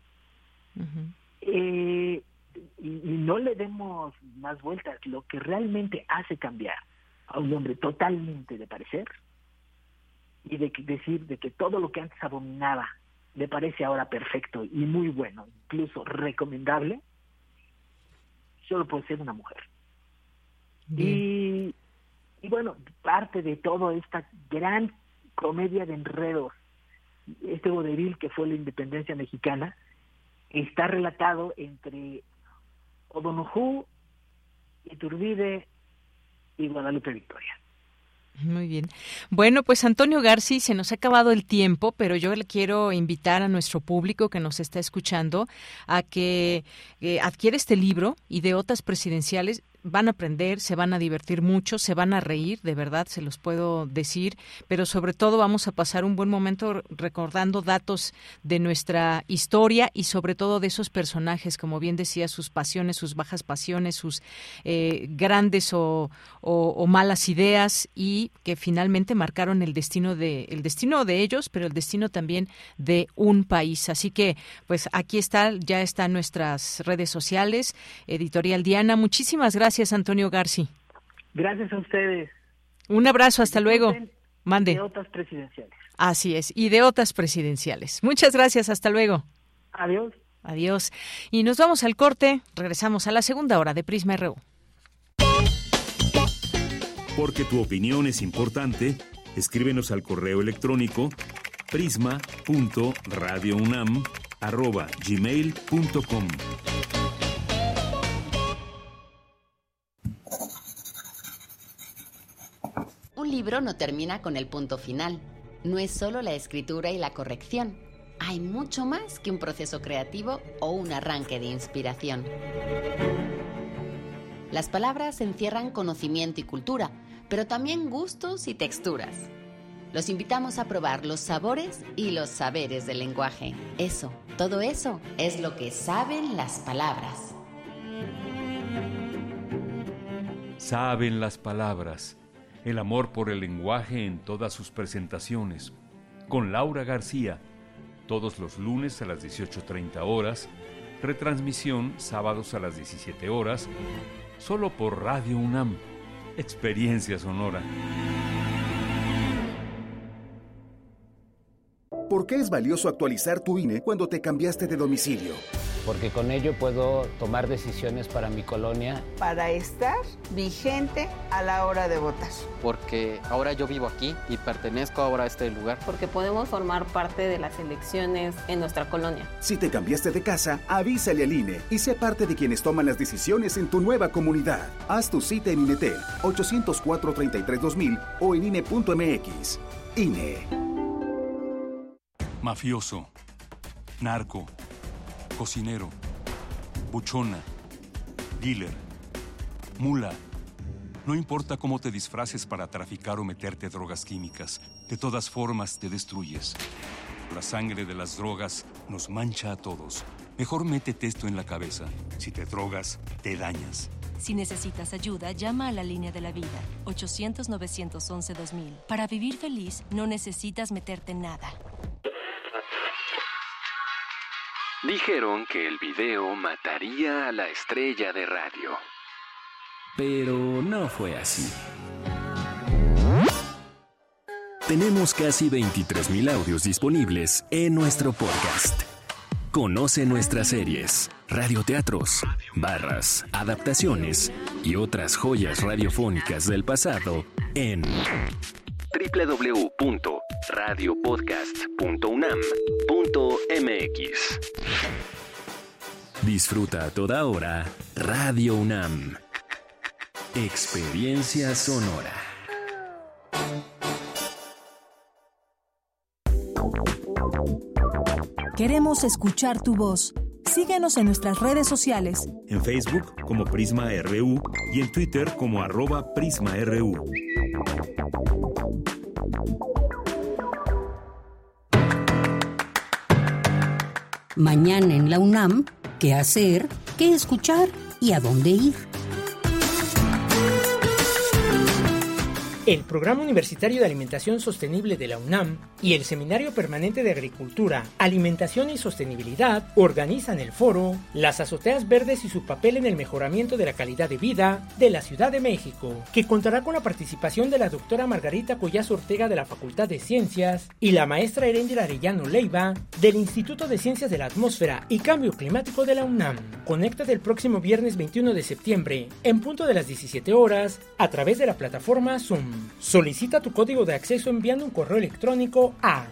Y no le demos más vueltas. Lo que realmente hace cambiar a un hombre totalmente de parecer y decir de que todo lo que antes abominaba le parece ahora perfecto y muy bueno, incluso recomendable, solo puede ser una mujer. Y bueno, parte de toda esta gran comedia de enredos, este vodevil que fue la independencia mexicana, está relatado entre O'Donoghue, Iturbide y Guadalupe Victoria. Muy bien. Bueno, pues Antonio Garci, se nos ha acabado el tiempo, pero yo le quiero invitar a nuestro público que nos está escuchando a que adquiera este libro y de otras presidenciales. Van a aprender, se van a divertir mucho, se van a reír, de verdad, se los puedo decir, pero sobre todo vamos a pasar un buen momento recordando datos de nuestra historia y sobre todo de esos personajes, como bien decía, sus pasiones, sus bajas pasiones, sus grandes o malas ideas y que finalmente marcaron el destino de ellos, pero el destino también de un país. Así que, pues aquí ya están nuestras redes sociales, Editorial Diana. Muchísimas gracias, Antonio Garci. Gracias a ustedes. Un abrazo, hasta luego. Mande. De otras presidenciales. Así es, y de otras presidenciales. Muchas gracias, hasta luego. Adiós. Adiós. Y nos vamos al corte, regresamos a la segunda hora de Prisma RU. Porque tu opinión es importante, escríbenos al correo electrónico prisma.radiounam@gmail.com. Un libro no termina con el punto final. No es solo la escritura y la corrección. Hay mucho más que un proceso creativo o un arranque de inspiración. Las palabras encierran conocimiento y cultura, pero también gustos y texturas. Los invitamos a probar los sabores y los saberes del lenguaje. Todo eso es lo que saben las palabras. Saben las palabras. El amor por el lenguaje en todas sus presentaciones. Con Laura García, todos los lunes a las 18:30 horas, retransmisión sábados a las 17 horas, solo por Radio UNAM. Experiencia sonora. ¿Por qué es valioso actualizar tu INE cuando te cambiaste de domicilio? Porque con ello puedo tomar decisiones para mi colonia. Para estar vigente a la hora de votar. Porque ahora yo vivo aquí y pertenezco ahora a este lugar. Porque podemos formar parte de las elecciones en nuestra colonia. Si te cambiaste de casa, avísale al INE y sé parte de quienes toman las decisiones en tu nueva comunidad. Haz tu cita en INETEL 804-33-2000 o en INE.mx. INE. mafioso, narco, cocinero, buchona, dealer, mula. No importa cómo te disfraces para traficar o meterte drogas químicas, de todas formas te destruyes. La sangre de las drogas nos mancha a todos. Mejor métete esto en la cabeza. Si te drogas, te dañas. Si necesitas ayuda, llama a la Línea de la Vida, 800-911-2000. Para vivir feliz, no necesitas meterte en nada. Dijeron que el video mataría a la estrella de radio. Pero no fue así. Tenemos casi 23,000 audios disponibles en nuestro podcast. Conoce nuestras series, radioteatros, barras, adaptaciones y otras joyas radiofónicas del pasado en www.radiopodcast.unam.mx. Disfruta a toda hora Radio UNAM. Experiencia sonora. Queremos escuchar tu voz. Síguenos en nuestras redes sociales. En Facebook como Prisma RU y en Twitter como @PrismaRU. Mañana en la UNAM, ¿qué hacer? ¿Qué escuchar? ¿Y a dónde ir? El Programa Universitario de Alimentación Sostenible de la UNAM y el Seminario Permanente de Agricultura, Alimentación y Sostenibilidad organizan el foro Las Azoteas Verdes y su papel en el mejoramiento de la calidad de vida de la Ciudad de México, que contará con la participación de la doctora Margarita Collazo Ortega de la Facultad de Ciencias y la maestra Heréndira Arellano Leiva del Instituto de Ciencias de la Atmósfera y Cambio Climático de la UNAM. Conéctate el próximo viernes 21 de septiembre, en punto de las 17 horas, a través de la plataforma Zoom. Solicita tu código de acceso enviando un correo electrónico a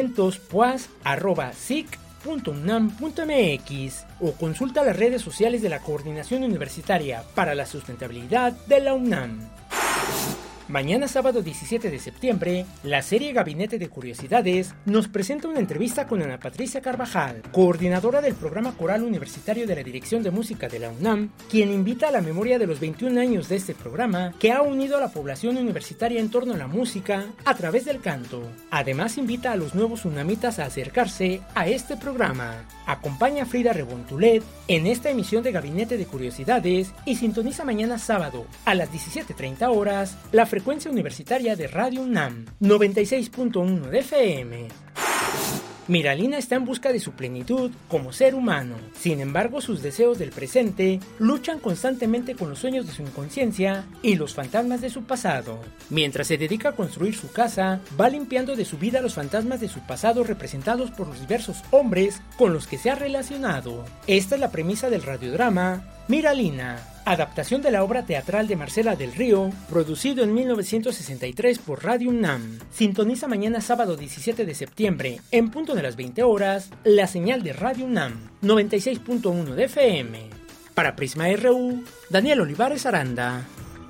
eventospuas@sic.unam.mx o consulta las redes sociales de la Coordinación Universitaria para la Sustentabilidad de la UNAM. Mañana sábado 17 de septiembre, la serie Gabinete de Curiosidades nos presenta una entrevista con Ana Patricia Carvajal, coordinadora del programa coral universitario de la Dirección de Música de la UNAM, quien invita a la memoria de los 21 años de este programa que ha unido a la población universitaria en torno a la música a través del canto. Además invita a los nuevos unamitas a acercarse a este programa. Acompaña a Frida Rebontulet en esta emisión de Gabinete de Curiosidades y sintoniza mañana sábado a las 17:30 horas la frecuencia universitaria de Radio UNAM, 96.1 de FM. Miralina está en busca de su plenitud como ser humano. Sin embargo, sus deseos del presente luchan constantemente con los sueños de su inconsciencia y los fantasmas de su pasado. Mientras se dedica a construir su casa, va limpiando de su vida los fantasmas de su pasado representados por los diversos hombres con los que se ha relacionado. Esta es la premisa del radiodrama Miralina, adaptación de la obra teatral de Marcela del Río, producido en 1963 por Radio UNAM. Sintoniza mañana sábado 17 de septiembre, en punto de las 20 horas, la señal de Radio UNAM, 96.1 de FM. Para Prisma RU, Daniel Olivares Aranda.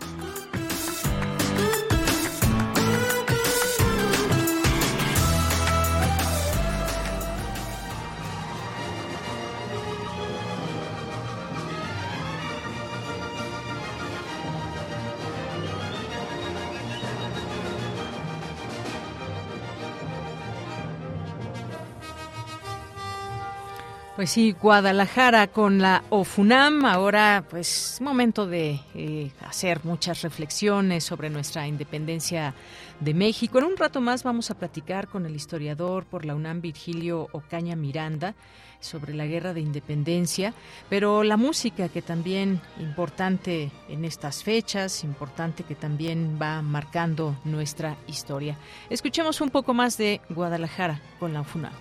Pues sí, Guadalajara con la OFUNAM. Ahora, pues, momento de hacer muchas reflexiones sobre nuestra independencia de México. En un rato más vamos a platicar con el historiador por la UNAM, Virgilio Ocaña Miranda, sobre la guerra de independencia, pero la música, que también importante en estas fechas, importante, que también va marcando nuestra historia. Escuchemos un poco más de Guadalajara con la OFUNAM.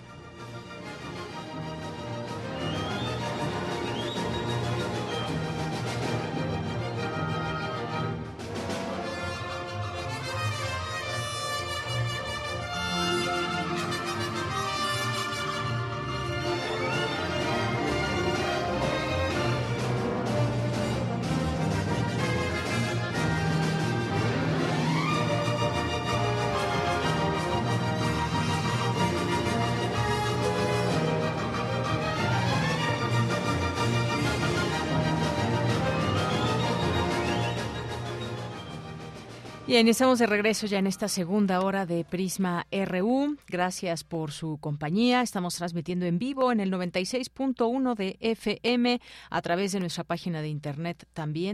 Bien, estamos de regreso ya en esta segunda hora de Prisma RU. Gracias por su compañía. Estamos transmitiendo en vivo en el 96.1 de FM a través de nuestra página de internet también,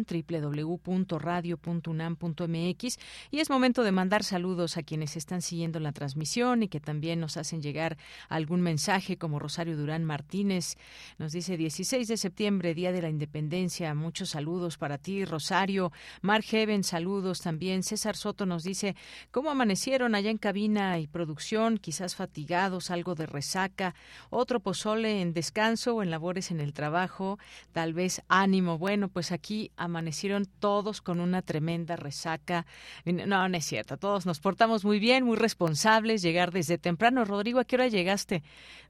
www.radio.unam.mx. Y es momento de mandar saludos a quienes están siguiendo la transmisión y que también nos hacen llegar algún mensaje, como Rosario Durán Martínez. Nos dice 16 de septiembre, Día de la Independencia. Muchos saludos para ti, Rosario. Mark Heaven, saludos también. César Soto nos dice, ¿cómo amanecieron allá en cabina y producción? Quizás fatigados, algo de resaca, otro pozole en descanso o en labores en el trabajo, tal vez ánimo. Bueno, pues aquí amanecieron todos con una tremenda resaca. No, no es cierto, todos nos portamos muy bien, muy responsables, llegar desde temprano. Rodrigo, ¿a qué hora llegaste?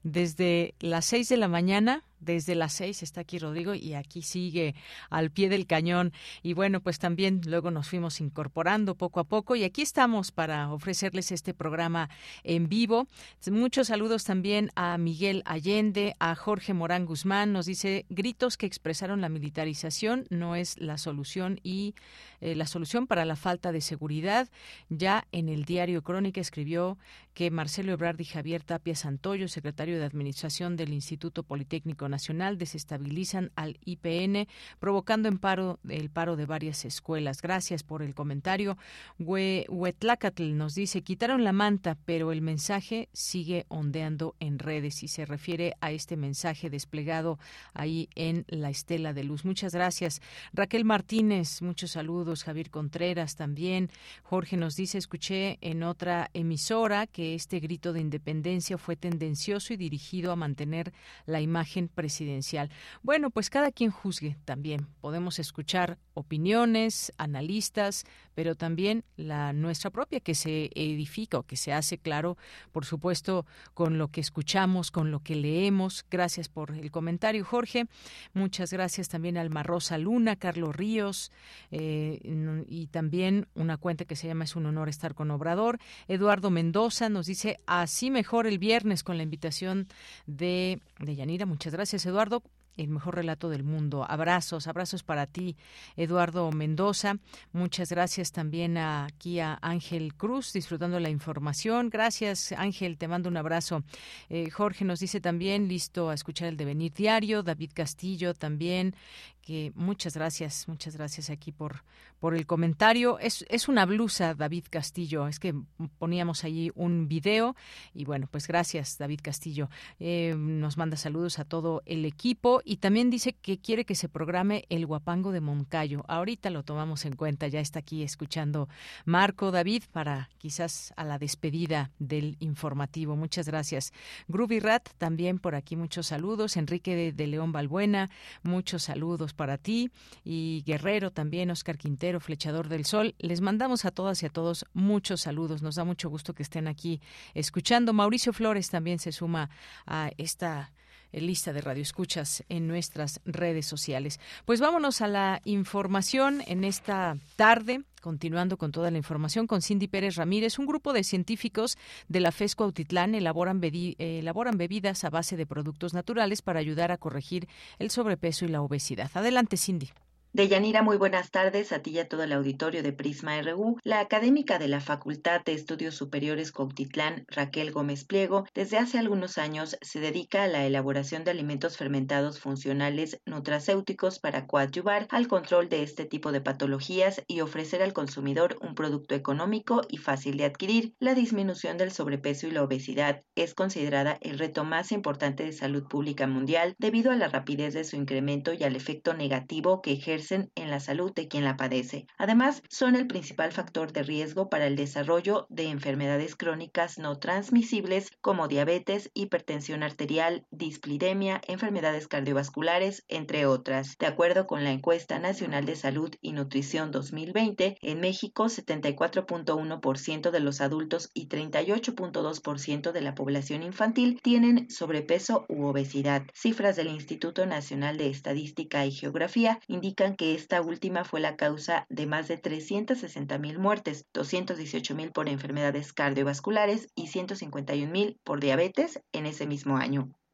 Desde las 6 de la mañana. Desde las 6 está aquí Rodrigo y aquí sigue al pie del cañón. Y bueno, pues también luego nos fuimos incorporando poco a poco y aquí estamos para ofrecerles este programa en vivo. Muchos saludos también a Miguel Allende, a Jorge Morán Guzmán. Nos dice, gritos que expresaron la militarización no es la solución y la solución para la falta de seguridad. Ya en el diario Crónica escribió que Marcelo Ebrard y Javier Tapia Santoyo, secretario de Administración del Instituto Politécnico Nacional, desestabilizan al IPN, provocando el paro de varias escuelas. Gracias por el comentario. Huetlacatl nos dice, quitaron la manta, pero el mensaje sigue ondeando en redes y se refiere a este mensaje desplegado ahí en la estela de luz. Muchas gracias. Raquel Martínez, muchos saludos. Javier Contreras también. Jorge nos dice, escuché en otra emisora que este grito de independencia fue tendencioso y dirigido a mantener la imagen presidencial. Bueno, pues cada quien juzgue también. Podemos escuchar opiniones, analistas, pero también la nuestra propia, que se edifica o que se hace, claro, por supuesto, con lo que escuchamos, con lo que leemos. Gracias por el comentario, Jorge. Muchas gracias también a Alma Rosa Luna, Carlos Ríos, y también una cuenta que se llama Es un honor estar con Obrador. Eduardo Mendoza nos dice, así mejor el viernes, con la invitación de Yanira. Muchas gracias, Eduardo. El mejor relato del mundo. Abrazos para ti, Eduardo Mendoza. Muchas gracias también aquí a Ángel Cruz, disfrutando la información. Gracias, Ángel, te mando un abrazo. Jorge nos dice también, listo a escuchar el devenir diario. David Castillo también, que muchas gracias aquí por el comentario. Es una blusa, David Castillo, es que poníamos allí un video y bueno, pues gracias, David Castillo. Nos manda saludos a todo el equipo y también dice que quiere que se programe el Huapango de Moncayo. Ahorita lo tomamos en cuenta, ya está aquí escuchando Marco, David, para quizás a la despedida del informativo. Muchas gracias. Groovy Rat también por aquí, muchos saludos. Enrique de León Balbuena, muchos saludos para ti. Y Guerrero también, Oscar Quintero, Flechador del Sol. Les mandamos a todas y a todos muchos saludos. Nos da mucho gusto que estén aquí escuchando. Mauricio Flores también se suma a esta lista de radioescuchas en nuestras redes sociales. Pues vámonos a la información en esta tarde. Continuando con toda la información con Cindy Pérez Ramírez, un grupo de científicos de la FES Cuautitlán elaboran bebidas a base de productos naturales para ayudar a corregir el sobrepeso y la obesidad. Adelante, Cindy. Deyanira, muy buenas tardes a ti y a todo el auditorio de Prisma RU. La académica de la Facultad de Estudios Superiores Cuautitlán, Raquel Gómez Pliego, desde hace algunos años se dedica a la elaboración de alimentos fermentados funcionales nutracéuticos para coadyuvar al control de este tipo de patologías y ofrecer al consumidor un producto económico y fácil de adquirir. La disminución del sobrepeso y la obesidad es considerada el reto más importante de salud pública mundial debido a la rapidez de su incremento y al efecto negativo que ejerce en la salud de quien la padece. Además, son el principal factor de riesgo para el desarrollo de enfermedades crónicas no transmisibles como diabetes, hipertensión arterial, displidemia, enfermedades cardiovasculares, entre otras. De acuerdo con la Encuesta Nacional de Salud y Nutrición 2020, en México 74.1% de los adultos y 38.2% de la población infantil tienen sobrepeso u obesidad. Cifras del Instituto Nacional de Estadística y Geografía indican que esta última fue la causa de más de 360,000 muertes, 218,000 por enfermedades cardiovasculares y 151,000 por diabetes en ese mismo año.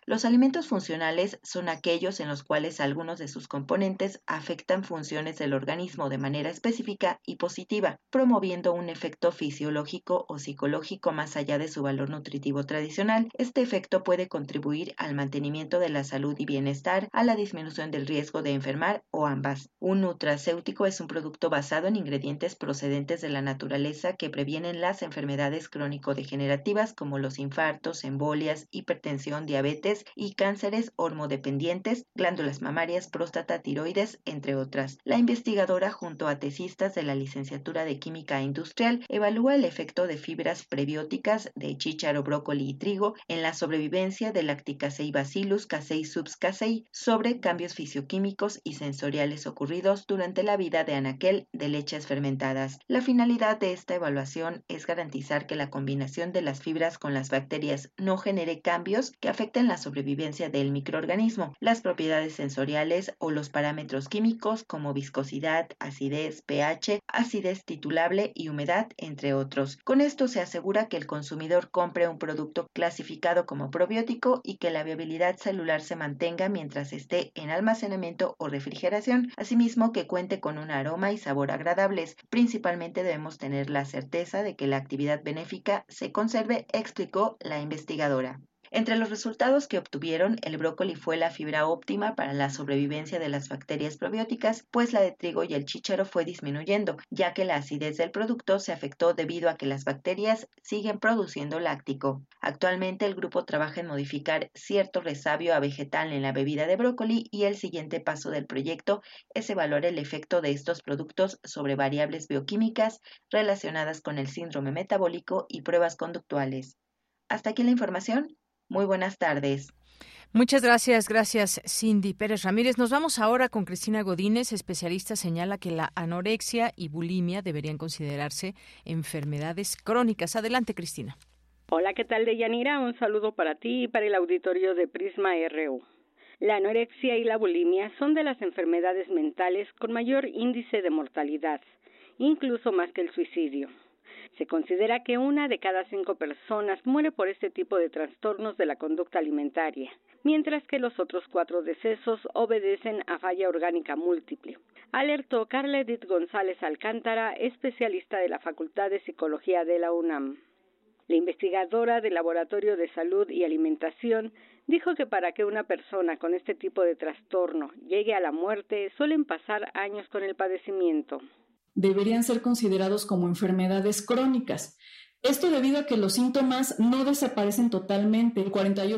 Los alimentos funcionales son aquellos en los cuales algunos de sus componentes afectan funciones del organismo de manera específica y positiva, promoviendo un efecto fisiológico o psicológico más allá de su valor nutritivo tradicional. Este efecto puede contribuir al mantenimiento de la salud y bienestar, a la disminución del riesgo de enfermar o ambas. Un nutracéutico es un producto basado en ingredientes procedentes de la naturaleza que previenen las enfermedades crónico-degenerativas como los infartos, embolias, hipertensión, diabetes y cánceres hormodependientes, glándulas mamarias, próstata, tiroides, entre otras. La investigadora, junto a tesistas de la licenciatura de Química Industrial, evalúa el efecto de fibras prebióticas de chícharo, brócoli y trigo en la sobrevivencia de Lacticacea bacillus casei subs casei sobre cambios fisioquímicos y sensoriales ocurridos durante la vida de anaquel de leches fermentadas. La finalidad de esta evaluación es garantizar que la combinación de las fibras con las bacterias no genere cambios que afecten la sobrevivencia del microorganismo, las propiedades sensoriales o los parámetros químicos como viscosidad, acidez, pH, acidez titulable y humedad, entre otros. Con esto se asegura que el consumidor compre un producto clasificado como probiótico y que la viabilidad celular se mantenga mientras esté en almacenamiento o refrigeración, asimismo que cuente con un aroma y sabor agradables. Principalmente debemos tener la certeza de que la actividad benéfica se conserve, explicó la investigadora. Entre los resultados que obtuvieron, el brócoli fue la fibra óptima para la sobrevivencia de las bacterias probióticas, pues la de trigo y el chícharo fue disminuyendo, ya que la acidez del producto se afectó debido a que las bacterias siguen produciendo láctico. Actualmente el grupo trabaja en modificar cierto resabio a vegetal en la bebida de brócoli y el siguiente paso del proyecto es evaluar el efecto de estos productos sobre variables bioquímicas relacionadas con el síndrome metabólico y pruebas conductuales. Hasta aquí la información. Muy buenas tardes. Muchas gracias, Cindy Pérez Ramírez. Nos vamos ahora con Cristina Godínez. Especialista señala que la anorexia y bulimia deberían considerarse enfermedades crónicas. Adelante, Cristina. Hola, ¿qué tal, Deyanira? Un saludo para ti y para el auditorio de Prisma RU. La anorexia y la bulimia son de las enfermedades mentales con mayor índice de mortalidad, incluso más que el suicidio. Se considera que 1 de cada 5 personas muere por este tipo de trastornos de la conducta alimentaria, mientras que los otros 4 decesos obedecen a falla orgánica múltiple, alertó Carla Edith González Alcántara, especialista de la Facultad de Psicología de la UNAM. La investigadora del Laboratorio de Salud y Alimentación dijo que para que una persona con este tipo de trastorno llegue a la muerte suelen pasar años con el padecimiento. Deberían ser considerados como enfermedades crónicas. Esto debido a que los síntomas no desaparecen totalmente. El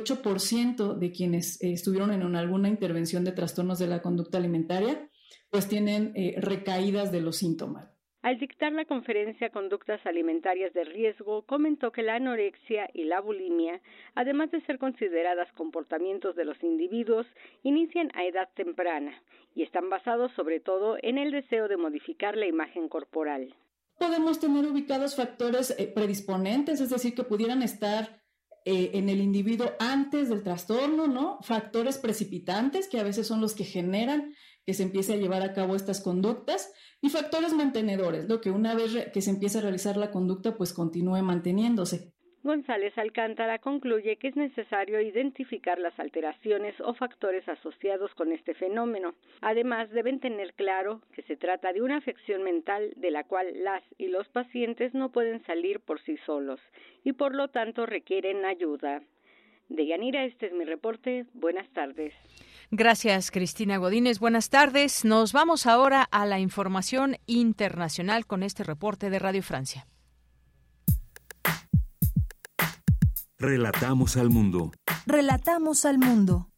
48% de quienes estuvieron en alguna intervención de trastornos de la conducta alimentaria, pues tienen recaídas de los síntomas. Al dictar la conferencia Conductas Alimentarias de Riesgo, comentó que la anorexia y la bulimia, además de ser consideradas comportamientos de los individuos, inician a edad temprana y están basados sobre todo en el deseo de modificar la imagen corporal. Podemos tener ubicados factores predisponentes, es decir, que pudieran estar en el individuo antes del trastorno, ¿no? Factores precipitantes, que a veces son los que generan que se empiece a llevar a cabo estas conductas, y factores mantenedores, lo que una vez que se empieza a realizar la conducta, pues continúe manteniéndose. González Alcántara concluye que es necesario identificar las alteraciones o factores asociados con este fenómeno. Además, deben tener claro que se trata de una afección mental de la cual las y los pacientes no pueden salir por sí solos y por lo tanto requieren ayuda. Deyanira, este es mi reporte. Buenas tardes. Gracias, Cristina Godínez. Buenas tardes. Nos vamos ahora a la información internacional con este reporte de Radio Francia. Relatamos al mundo. Relatamos al mundo.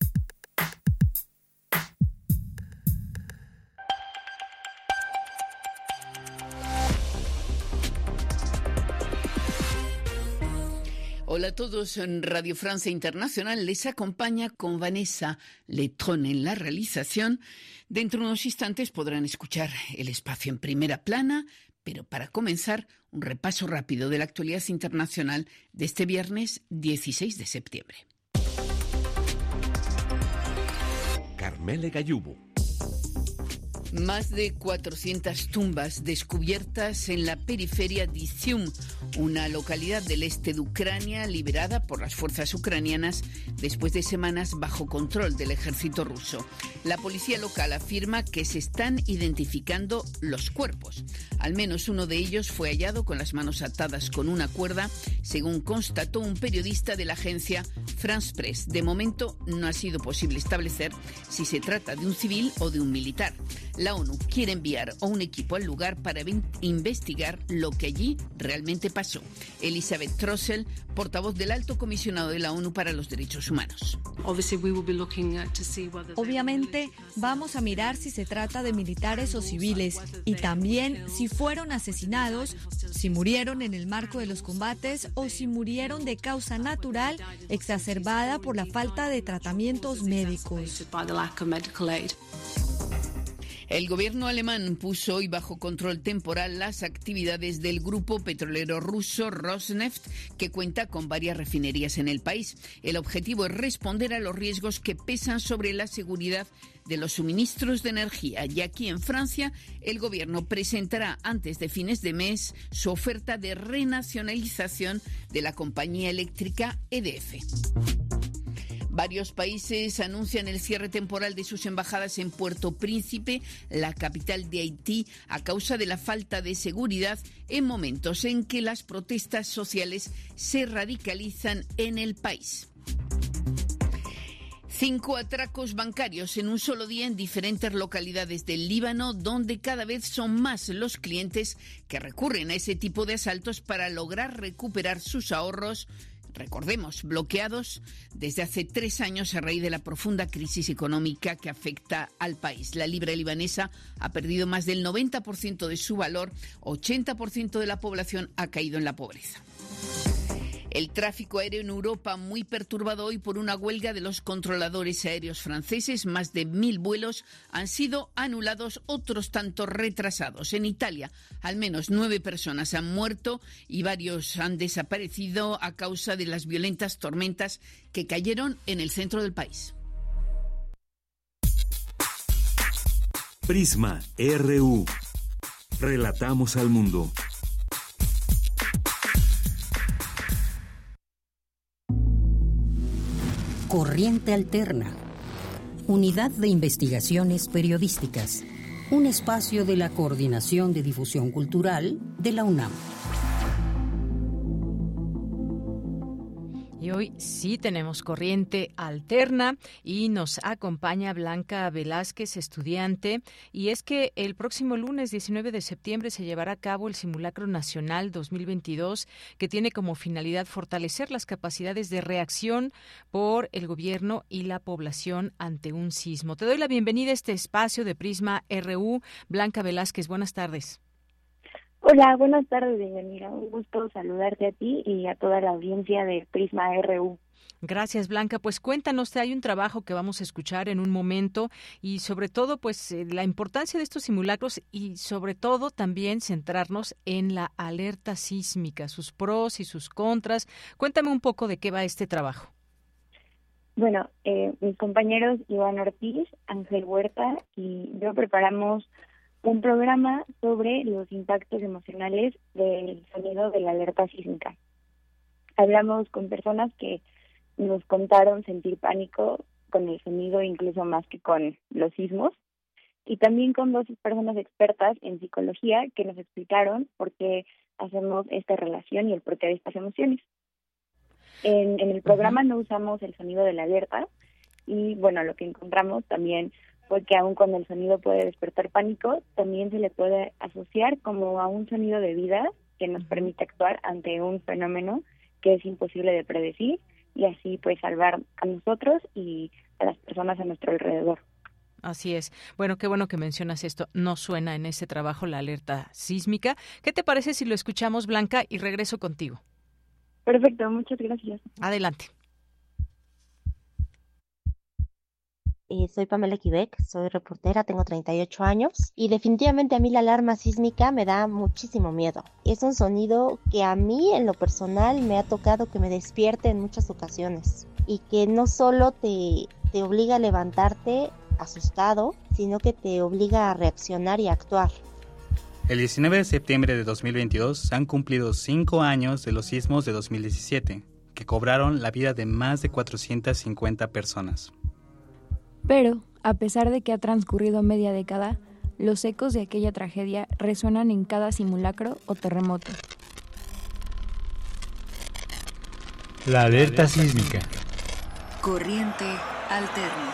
Hola a todos, en Radio Francia Internacional les acompaña con Vanessa Letrón en la realización. Dentro de unos instantes podrán escuchar el espacio en primera plana, pero para comenzar, un repaso rápido de la actualidad internacional de este viernes 16 de septiembre. Carmele Gallubo. Más de 400 tumbas descubiertas en la periferia de Izium, una localidad del este de Ucrania liberada por las fuerzas ucranianas después de semanas bajo control del ejército ruso. La policía local afirma que se están identificando los cuerpos. Al menos uno de ellos fue hallado con las manos atadas con una cuerda, según constató un periodista de la agencia France Press. De momento no ha sido posible establecer si se trata de un civil o de un militar. La ONU quiere enviar a un equipo al lugar para investigar lo que allí realmente pasó. Elizabeth Trossel, portavoz del Alto Comisionado de la ONU para los Derechos Humanos. Obviamente, vamos a mirar si se trata de militares o civiles y también si fueron asesinados, si murieron en el marco de los combates o si murieron de causa natural exacerbada por la falta de tratamientos médicos. El gobierno alemán puso hoy bajo control temporal las actividades del grupo petrolero ruso Rosneft, que cuenta con varias refinerías en el país. El objetivo es responder a los riesgos que pesan sobre la seguridad de los suministros de energía. Y aquí en Francia, el gobierno presentará antes de fines de mes su oferta de renacionalización de la compañía eléctrica EDF. Varios países anuncian el cierre temporal de sus embajadas en Puerto Príncipe, la capital de Haití, a causa de la falta de seguridad en momentos en que las protestas sociales se radicalizan en el país. 5 atracos bancarios en un solo día en diferentes localidades del Líbano, donde cada vez son más los clientes que recurren a ese tipo de asaltos para lograr recuperar sus ahorros, recordemos, bloqueados desde hace 3 años a raíz de la profunda crisis económica que afecta al país. La libra libanesa ha perdido más del 90% de su valor, 80% de la población ha caído en la pobreza. El tráfico aéreo en Europa muy perturbado hoy por una huelga de los controladores aéreos franceses. Más de 1.000 vuelos han sido anulados, otros tantos retrasados. En Italia, al menos 9 personas han muerto y varios han desaparecido a causa de las violentas tormentas que cayeron en el centro del país. Prisma RU. Relatamos al mundo. Corriente Alterna, Unidad de Investigaciones Periodísticas, un espacio de la Coordinación de Difusión Cultural de la UNAM. Y hoy sí tenemos Corriente Alterna y nos acompaña Blanca Velázquez, estudiante, y es que el próximo lunes 19 de septiembre se llevará a cabo el Simulacro Nacional 2022, que tiene como finalidad fortalecer las capacidades de reacción por el gobierno y la población ante un sismo. Te doy la bienvenida a este espacio de Prisma RU. Blanca Velázquez, buenas tardes. Hola, buenas tardes, bienvenida. Un gusto saludarte a ti y a toda la audiencia de Prisma RU. Gracias, Blanca. Pues cuéntanos, hay un trabajo que vamos a escuchar en un momento y sobre todo, pues la importancia de estos simulacros y sobre todo también centrarnos en la alerta sísmica, sus pros y sus contras. Cuéntame un poco de qué va este trabajo. Bueno, mis compañeros Iván Ortiz, Ángel Huerta y yo preparamos un programa sobre los impactos emocionales del sonido de la alerta sísmica. Hablamos con personas que nos contaron sentir pánico con el sonido, incluso más que con los sismos, y también con 2 personas expertas en psicología que nos explicaron por qué hacemos esta relación y el porqué de estas emociones. En el programa no usamos el sonido de la alerta y, bueno, lo que encontramos también fue que aun cuando el sonido puede despertar pánico, también se le puede asociar como a un sonido de vida que nos permite actuar ante un fenómeno que es imposible de predecir y así pues salvar a nosotros y a las personas a nuestro alrededor. Así es. Bueno, qué bueno que mencionas esto. No suena en este trabajo la alerta sísmica. ¿Qué te parece si lo escuchamos, Blanca, y regreso contigo? Perfecto, muchas gracias. Adelante. Soy Pamela Quebec, soy reportera, tengo 38 años y definitivamente a mí la alarma sísmica me da muchísimo miedo. Es un sonido que a mí en lo personal me ha tocado que me despierte en muchas ocasiones y que no solo te obliga a levantarte asustado, sino que te obliga a reaccionar y a actuar. El 19 de septiembre de 2022 se han cumplido 5 años de los sismos de 2017, que cobraron la vida de más de 450 personas. Pero, a pesar de que ha transcurrido media década, los ecos de aquella tragedia resuenan en cada simulacro o terremoto. La alerta sísmica. Corriente alterna.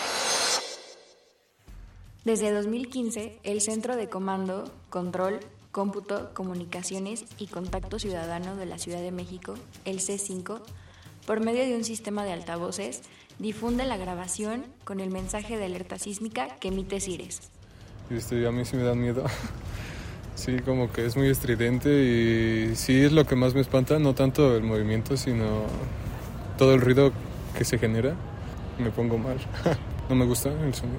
Desde 2015, el Centro de Comando, Control, Cómputo, Comunicaciones y Contacto Ciudadano de la Ciudad de México, el C5, por medio de un sistema de altavoces, difunde la grabación con el mensaje de alerta sísmica que emite CIRES. A mí sí me da miedo. Sí, como que es muy estridente y sí es lo que más me espanta, no tanto el movimiento, sino todo el ruido que se genera. Me pongo mal. No me gusta el sonido.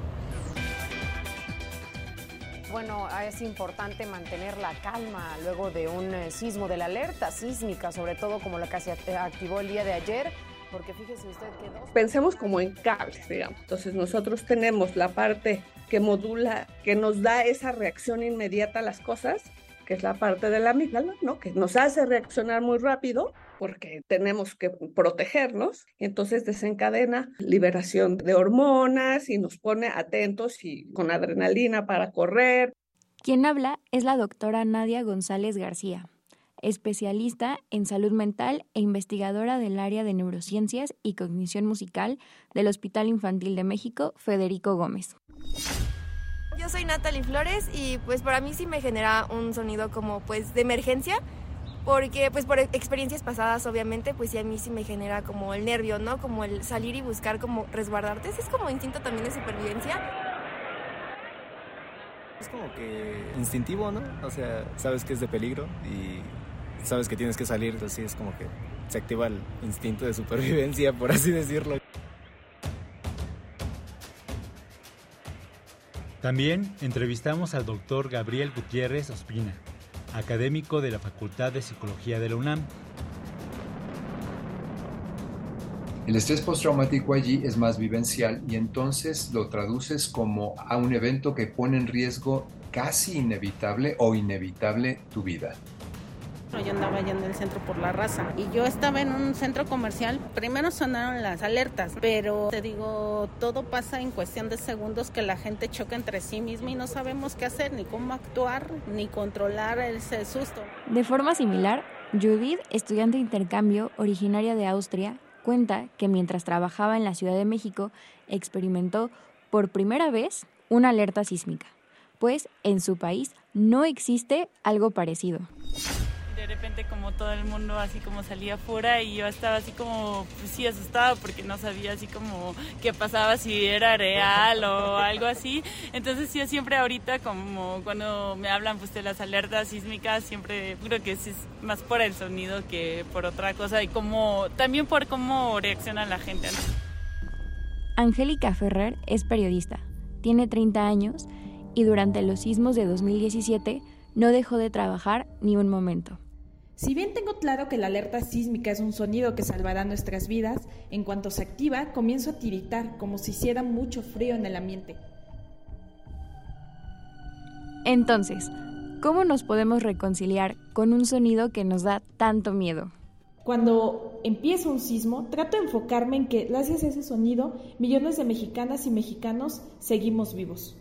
Bueno, es importante mantener la calma luego de un sismo, de la alerta sísmica, sobre todo como la que se activó el día de ayer, porque fíjese usted que Pensemos como en cables, digamos. Entonces nosotros tenemos la parte que modula, que nos da esa reacción inmediata a las cosas, que es la parte de la amígdala, ¿no? Que nos hace reaccionar muy rápido porque tenemos que protegernos, y entonces desencadena liberación de hormonas y nos pone atentos y con adrenalina para correr. Quien habla es la doctora Nadia González García, especialista en salud mental e investigadora del área de neurociencias y cognición musical del Hospital Infantil de México, Federico Gómez. Yo soy Natalie Flores y pues para mí sí me genera un sonido como pues de emergencia, porque pues por experiencias pasadas obviamente pues sí a mí sí me genera como el nervio, ¿no? Como el salir y buscar como resguardarte, es como instinto también de supervivencia. Es como que instintivo, ¿no? O sea, sabes que es de peligro y sabes que tienes que salir, entonces sí es como que se activa el instinto de supervivencia, por así decirlo. También entrevistamos al doctor Gabriel Gutiérrez Ospina, académico de la Facultad de Psicología de la UNAM. El estrés postraumático allí es más vivencial y entonces lo traduces como a un evento que pone en riesgo casi inevitable o inevitable tu vida. Yo andaba allá en el centro por La Raza y yo estaba en un centro comercial. Primero sonaron las alertas, pero te digo, todo pasa en cuestión de segundos que la gente choca entre sí misma y no sabemos qué hacer, ni cómo actuar, ni controlar ese susto. De forma similar, Judith, estudiante de intercambio originaria de Austria, cuenta que mientras trabajaba en la Ciudad de México experimentó por primera vez una alerta sísmica, pues en su país no existe algo parecido. De repente como todo el mundo así como salía afuera y yo estaba así como pues sí asustada porque no sabía así como qué pasaba, si era real o algo así. Entonces yo siempre ahorita como cuando me hablan pues de las alertas sísmicas siempre creo que es más por el sonido que por otra cosa y como también por cómo reacciona la gente, ¿no? Angélica Ferrer es periodista, tiene 30 años y durante los sismos de 2017 no dejó de trabajar ni un momento. Si bien tengo claro que la alerta sísmica es un sonido que salvará nuestras vidas, en cuanto se activa, comienzo a tiritar como si hiciera mucho frío en el ambiente. Entonces, ¿cómo nos podemos reconciliar con un sonido que nos da tanto miedo? Cuando empieza un sismo, trato de enfocarme en que, gracias a ese sonido, millones de mexicanas y mexicanos seguimos vivos.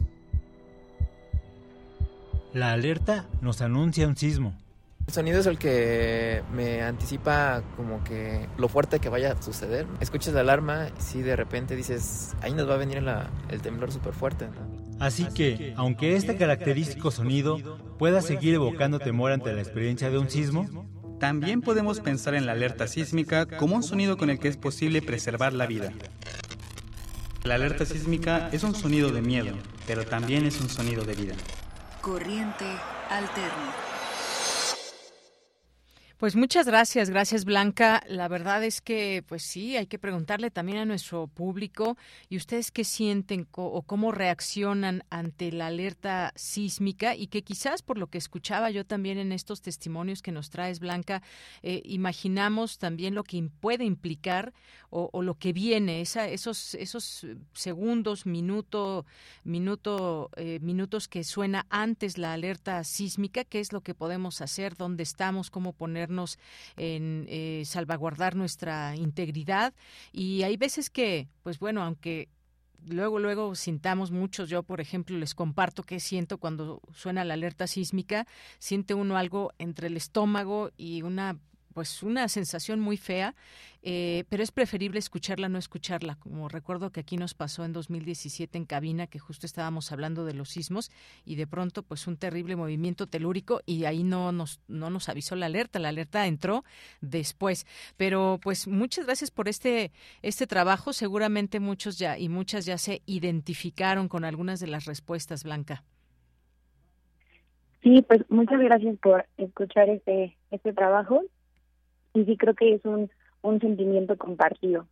La alerta nos anuncia un sismo. El sonido es el que me anticipa como que lo fuerte que vaya a suceder. Escuchas la alarma y si de repente dices, ahí nos va a venir el temblor súper fuerte, ¿no? Así que, aunque este característico sonido pueda seguir evocando temor ante la experiencia de un sismo, también podemos pensar en la alerta sísmica como un sonido con el que es posible preservar la vida. La alerta sísmica es un sonido de miedo, pero también es un sonido de vida. Corriente alterna. Pues muchas gracias Blanca. La verdad es que, pues sí, hay que preguntarle también a nuestro público, ¿y ustedes qué sienten o cómo reaccionan ante la alerta sísmica? Y que quizás, por lo que escuchaba yo también en estos testimonios que nos traes, Blanca, imaginamos también lo que puede implicar o lo que viene, esos segundos, minutos que suena antes la alerta sísmica. ¿Qué es lo que podemos hacer? ¿Dónde estamos? ¿Cómo ponernos en salvaguardar nuestra integridad? Y hay veces que, pues bueno, aunque luego sintamos muchos, yo por ejemplo les comparto qué siento cuando suena la alerta sísmica, siente uno algo entre el estómago y una sensación muy fea, pero es preferible escucharla no escucharla, como recuerdo que aquí nos pasó en 2017 en cabina, que justo estábamos hablando de los sismos y de pronto pues un terrible movimiento telúrico y ahí no nos avisó la alerta entró después. Pero pues muchas gracias por este trabajo, seguramente muchos ya y muchas ya se identificaron con algunas de las respuestas, Blanca. Sí, pues muchas gracias por escuchar este trabajo. Y sí creo que es un sentimiento compartido.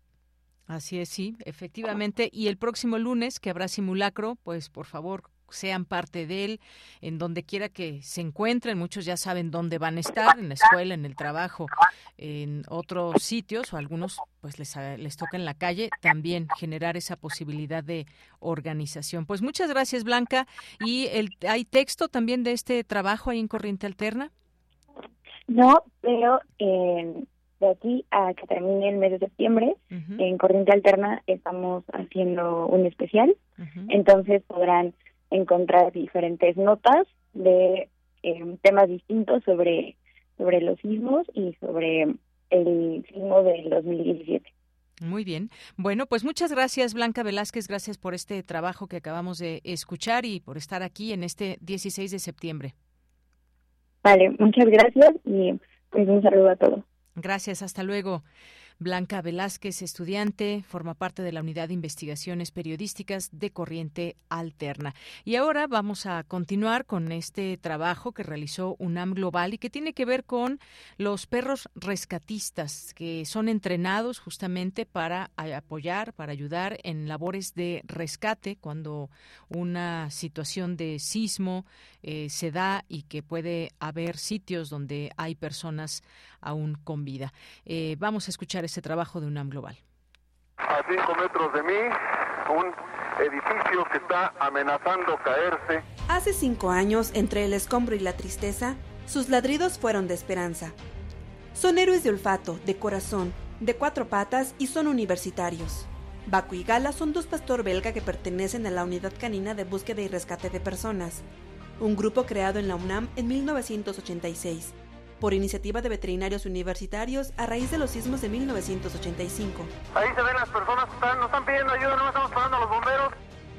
Así es, sí, efectivamente. Y el próximo lunes, que habrá simulacro, pues por favor sean parte de él, en donde quiera que se encuentren. Muchos ya saben dónde van a estar, en la escuela, en el trabajo, en otros sitios, o algunos pues les toca en la calle, también generar esa posibilidad de organización. Pues muchas gracias, Blanca. ¿Y hay texto también de este trabajo ahí en Corriente Alterna? No, pero de aquí a que termine el mes de septiembre, en Corriente Alterna estamos haciendo un especial, entonces podrán encontrar diferentes notas de temas distintos sobre los sismos y sobre el sismo del 2017. Muy bien. Bueno, pues muchas gracias, Blanca Velázquez, gracias por este trabajo que acabamos de escuchar y por estar aquí en este 16 de septiembre. Vale, muchas gracias y pues un saludo a todos. Gracias, hasta luego. Blanca Velázquez, estudiante, forma parte de la Unidad de Investigaciones Periodísticas de Corriente Alterna. Y ahora vamos a continuar con este trabajo que realizó UNAM Global y que tiene que ver con los perros rescatistas, que son entrenados justamente para apoyar, para ayudar en labores de rescate cuando una situación de sismo se da y que puede haber sitios donde hay personas aún con vida. Vamos a escuchar este trabajo de UNAM Global. A 5 metros de mí, un edificio que está amenazando caerse. Hace 5 años, entre el escombro y la tristeza, sus ladridos fueron de esperanza. Son héroes de olfato, de corazón, de 4 patas y son universitarios. Baku y Gala son 2 pastor belga que pertenecen a la Unidad Canina de Búsqueda y Rescate de Personas, un grupo creado en la UNAM en 1986. Por iniciativa de veterinarios universitarios a raíz de los sismos de 1985. Ahí se ven las personas que nos están pidiendo ayuda, no estamos parando a los bomberos.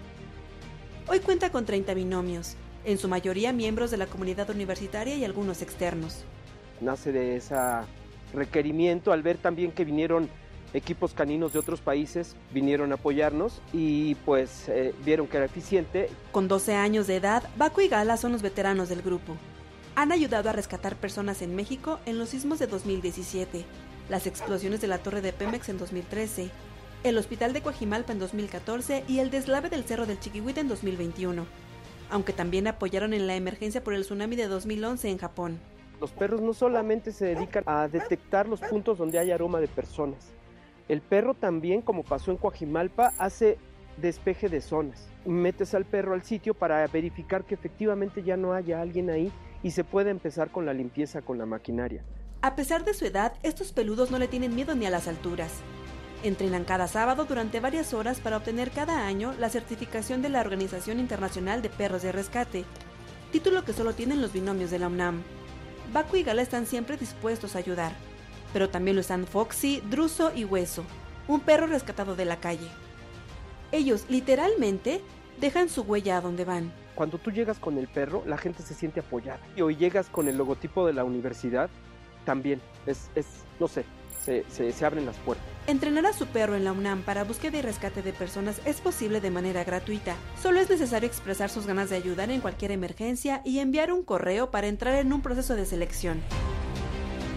Hoy cuenta con 30 binomios, en su mayoría miembros de la comunidad universitaria y algunos externos. Nace de ese requerimiento al ver también que vinieron equipos caninos de otros países, vinieron a apoyarnos y pues vieron que era eficiente. Con 12 años de edad, Baku y Gala son los veteranos del grupo. Han ayudado a rescatar personas en México en los sismos de 2017, las explosiones de la torre de Pemex en 2013, el hospital de Coajimalpa en 2014 y el deslave del Cerro del Chiquihuite en 2021, aunque también apoyaron en la emergencia por el tsunami de 2011 en Japón. Los perros no solamente se dedican a detectar los puntos donde hay aroma de personas, el perro también, como pasó en Coajimalpa, hace despeje de zonas. Metes al perro al sitio para verificar que efectivamente ya no haya alguien ahí y se puede empezar con la limpieza con la maquinaria. A pesar de su edad, estos peludos no le tienen miedo ni a las alturas. Entrenan cada sábado durante varias horas para obtener cada año la certificación de la Organización Internacional de Perros de Rescate, título que solo tienen los binomios de la UNAM. Baku y Gala están siempre dispuestos a ayudar, pero también lo están Foxy, Druso y Hueso, un perro rescatado de la calle. Ellos, literalmente, dejan su huella a donde van. Cuando tú llegas con el perro, la gente se siente apoyada. Y hoy llegas con el logotipo de la universidad, también, no sé, se abren las puertas. Entrenar a su perro en la UNAM para búsqueda y rescate de personas es posible de manera gratuita. Solo es necesario expresar sus ganas de ayudar en cualquier emergencia y enviar un correo para entrar en un proceso de selección.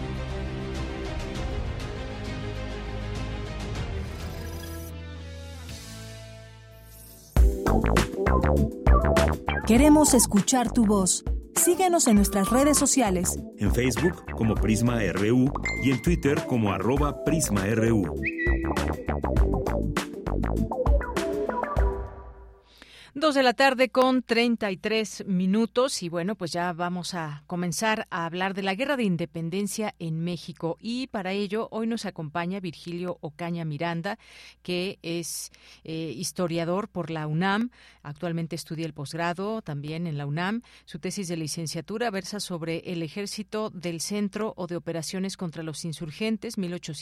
Queremos escuchar tu voz. Síguenos en nuestras redes sociales. En Facebook como Prisma RU y en Twitter como @PrismaRU. 2:33 p.m. y bueno, pues ya vamos a comenzar a hablar de la Guerra de Independencia en México y para ello hoy nos acompaña Virgilio Ocaña Miranda, que es historiador por la UNAM, actualmente estudia el posgrado también en la UNAM. Su tesis de licenciatura versa sobre el Ejército del Centro o de Operaciones contra los Insurgentes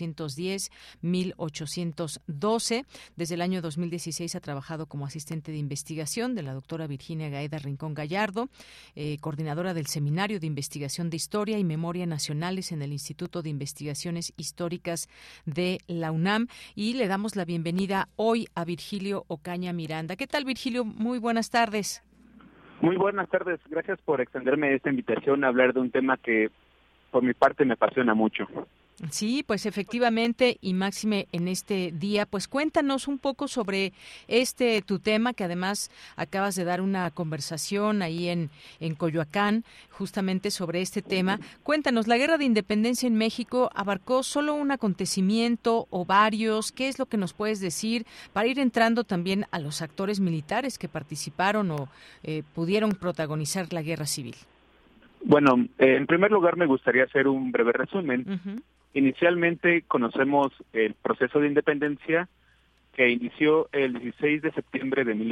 1810-1812. Desde el año 2016 ha trabajado como asistente de investigación de la doctora Virginia Gaeda Rincón Gallardo, coordinadora del Seminario de Investigación de Historia y Memoria Nacionales en el Instituto de Investigaciones Históricas de la UNAM, y le damos la bienvenida hoy a Virgilio Ocaña Miranda. ¿Qué tal, Virgilio? Muy buenas tardes. Muy buenas tardes. Gracias por extenderme esta invitación a hablar de un tema que por mi parte me apasiona mucho. Sí, pues efectivamente, y máxime en este día, pues cuéntanos un poco sobre tu tema, que además acabas de dar una conversación ahí en Coyoacán, justamente sobre este tema. Cuéntanos, ¿la Guerra de Independencia en México abarcó solo un acontecimiento o varios? ¿Qué es lo que nos puedes decir para ir entrando también a los actores militares que participaron o pudieron protagonizar la guerra civil? Bueno, en primer lugar me gustaría hacer un breve resumen. Uh-huh. Inicialmente conocemos el proceso de independencia que inició el 16 de septiembre de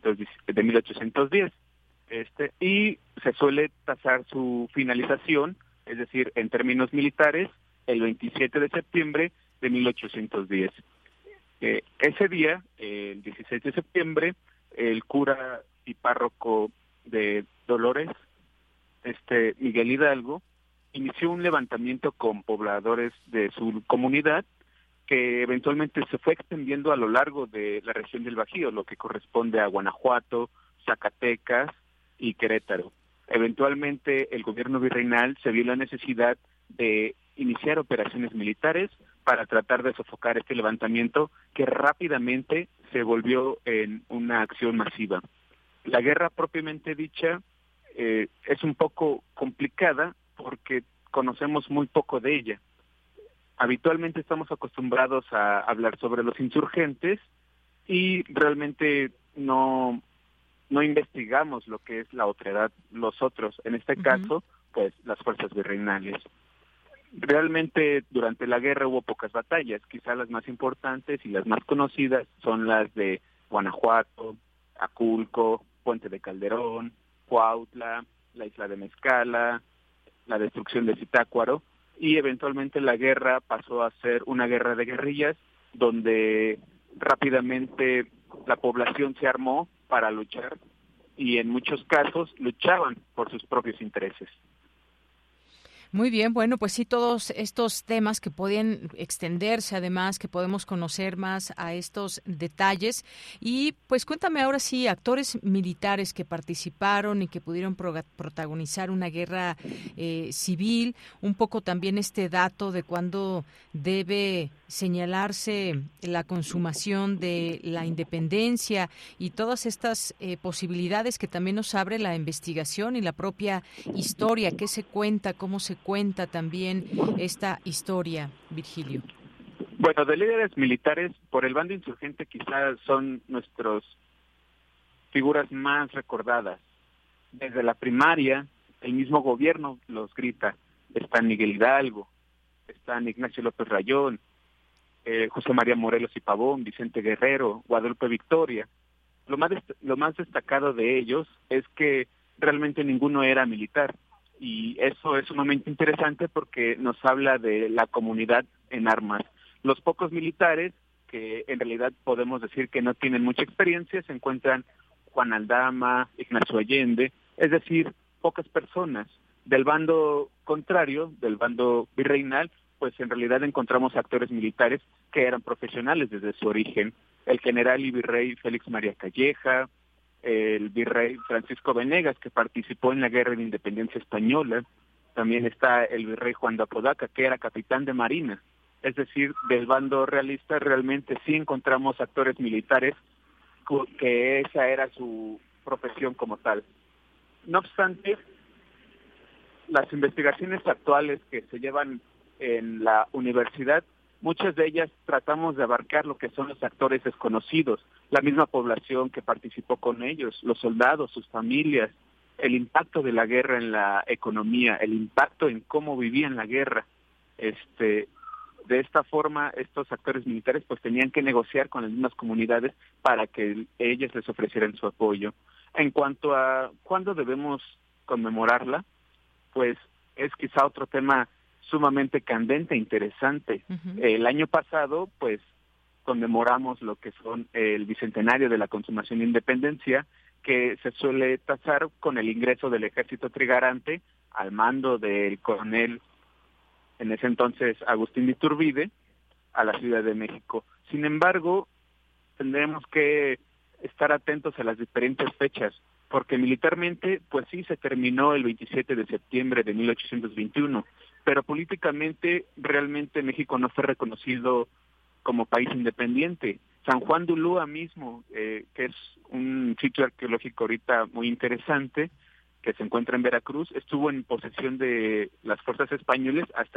1810. Y se suele tasar su finalización, es decir, en términos militares, el 27 de septiembre de 1810. Ese día, el 16 de septiembre, el cura y párroco de Dolores, Miguel Hidalgo, inició un levantamiento con pobladores de su comunidad que eventualmente se fue extendiendo a lo largo de la región del Bajío, lo que corresponde a Guanajuato, Zacatecas y Querétaro. Eventualmente el gobierno virreinal se vio la necesidad de iniciar operaciones militares para tratar de sofocar este levantamiento que rápidamente se volvió en una acción masiva. La guerra propiamente dicha es un poco complicada porque conocemos muy poco de ella. Habitualmente estamos acostumbrados a hablar sobre los insurgentes y realmente no investigamos lo que es la otredad, los otros, en este caso, pues las fuerzas virreinales. Realmente durante la guerra hubo pocas batallas, quizá las más importantes y las más conocidas son las de Guanajuato, Aculco, Puente de Calderón, Cuautla, la isla de Mezcala, la destrucción de Zitácuaro, y eventualmente la guerra pasó a ser una guerra de guerrillas, donde rápidamente la población se armó para luchar y en muchos casos luchaban por sus propios intereses. Muy bien, bueno, pues sí, todos estos temas que podían extenderse, además, que podemos conocer más a estos detalles. Y pues cuéntame ahora sí, actores militares que participaron y que pudieron protagonizar una guerra civil, un poco también este dato de cuándo debe señalarse la consumación de la independencia y todas estas posibilidades que también nos abre la investigación y la propia historia, qué se cuenta, cómo se cuenta también esta historia, Virgilio. Bueno, de líderes militares, por el bando insurgente quizás son nuestras figuras más recordadas. Desde la primaria, el mismo gobierno los grita. Están Miguel Hidalgo, están Ignacio López Rayón, José María Morelos y Pavón, Vicente Guerrero, Guadalupe Victoria. Lo más destacado de ellos es que realmente ninguno era militar. Y eso es sumamente interesante porque nos habla de la comunidad en armas. Los pocos militares, que en realidad podemos decir que no tienen mucha experiencia, se encuentran Juan Aldama, Ignacio Allende, es decir, pocas personas. Del bando contrario, del bando virreinal, pues en realidad encontramos actores militares que eran profesionales desde su origen. El general y virrey Félix María Calleja, el virrey Francisco Venegas, que participó en la Guerra de Independencia Española. También está el virrey Juan de Apodaca, que era capitán de marina. Es decir, del bando realista realmente sí encontramos actores militares que esa era su profesión como tal. No obstante, las investigaciones actuales que se llevan en la universidad, muchas de ellas tratamos de abarcar lo que son los actores desconocidos, la misma población que participó con ellos, los soldados, sus familias, el impacto de la guerra en la economía, el impacto en cómo vivían la guerra. De esta forma, estos actores militares pues tenían que negociar con las mismas comunidades para que ellas les ofrecieran su apoyo. En cuanto a cuándo debemos conmemorarla, pues es quizá otro tema sumamente candente e interesante. Uh-huh. El año pasado, pues, conmemoramos lo que son el bicentenario de la consumación de independencia, que se suele tasar con el ingreso del ejército trigarante al mando del coronel, en ese entonces Agustín de Iturbide, a la Ciudad de México. Sin embargo, tendremos que estar atentos a las diferentes fechas, porque militarmente, pues sí, se terminó el 27 de septiembre de 1821, pero políticamente, realmente México no fue reconocido como país independiente. San Juan de Ulúa mismo, que es un sitio arqueológico ahorita muy interesante, que se encuentra en Veracruz, estuvo en posesión de las fuerzas españolas hasta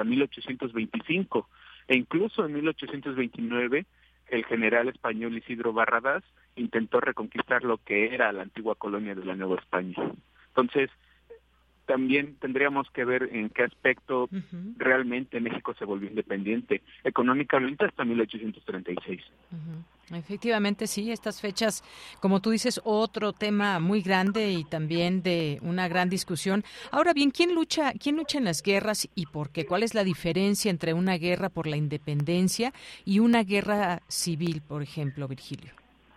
1825, e incluso en 1829 el general español Isidro Barradas intentó reconquistar lo que era la antigua colonia de la Nueva España. Entonces, también tendríamos que ver en qué aspecto realmente México se volvió independiente, económicamente hasta 1836. Efectivamente, sí, estas fechas, como tú dices, otro tema muy grande y también de una gran discusión. Ahora bien, ¿quién lucha en las guerras y por qué? ¿Cuál es la diferencia entre una guerra por la independencia y una guerra civil, por ejemplo, Virgilio?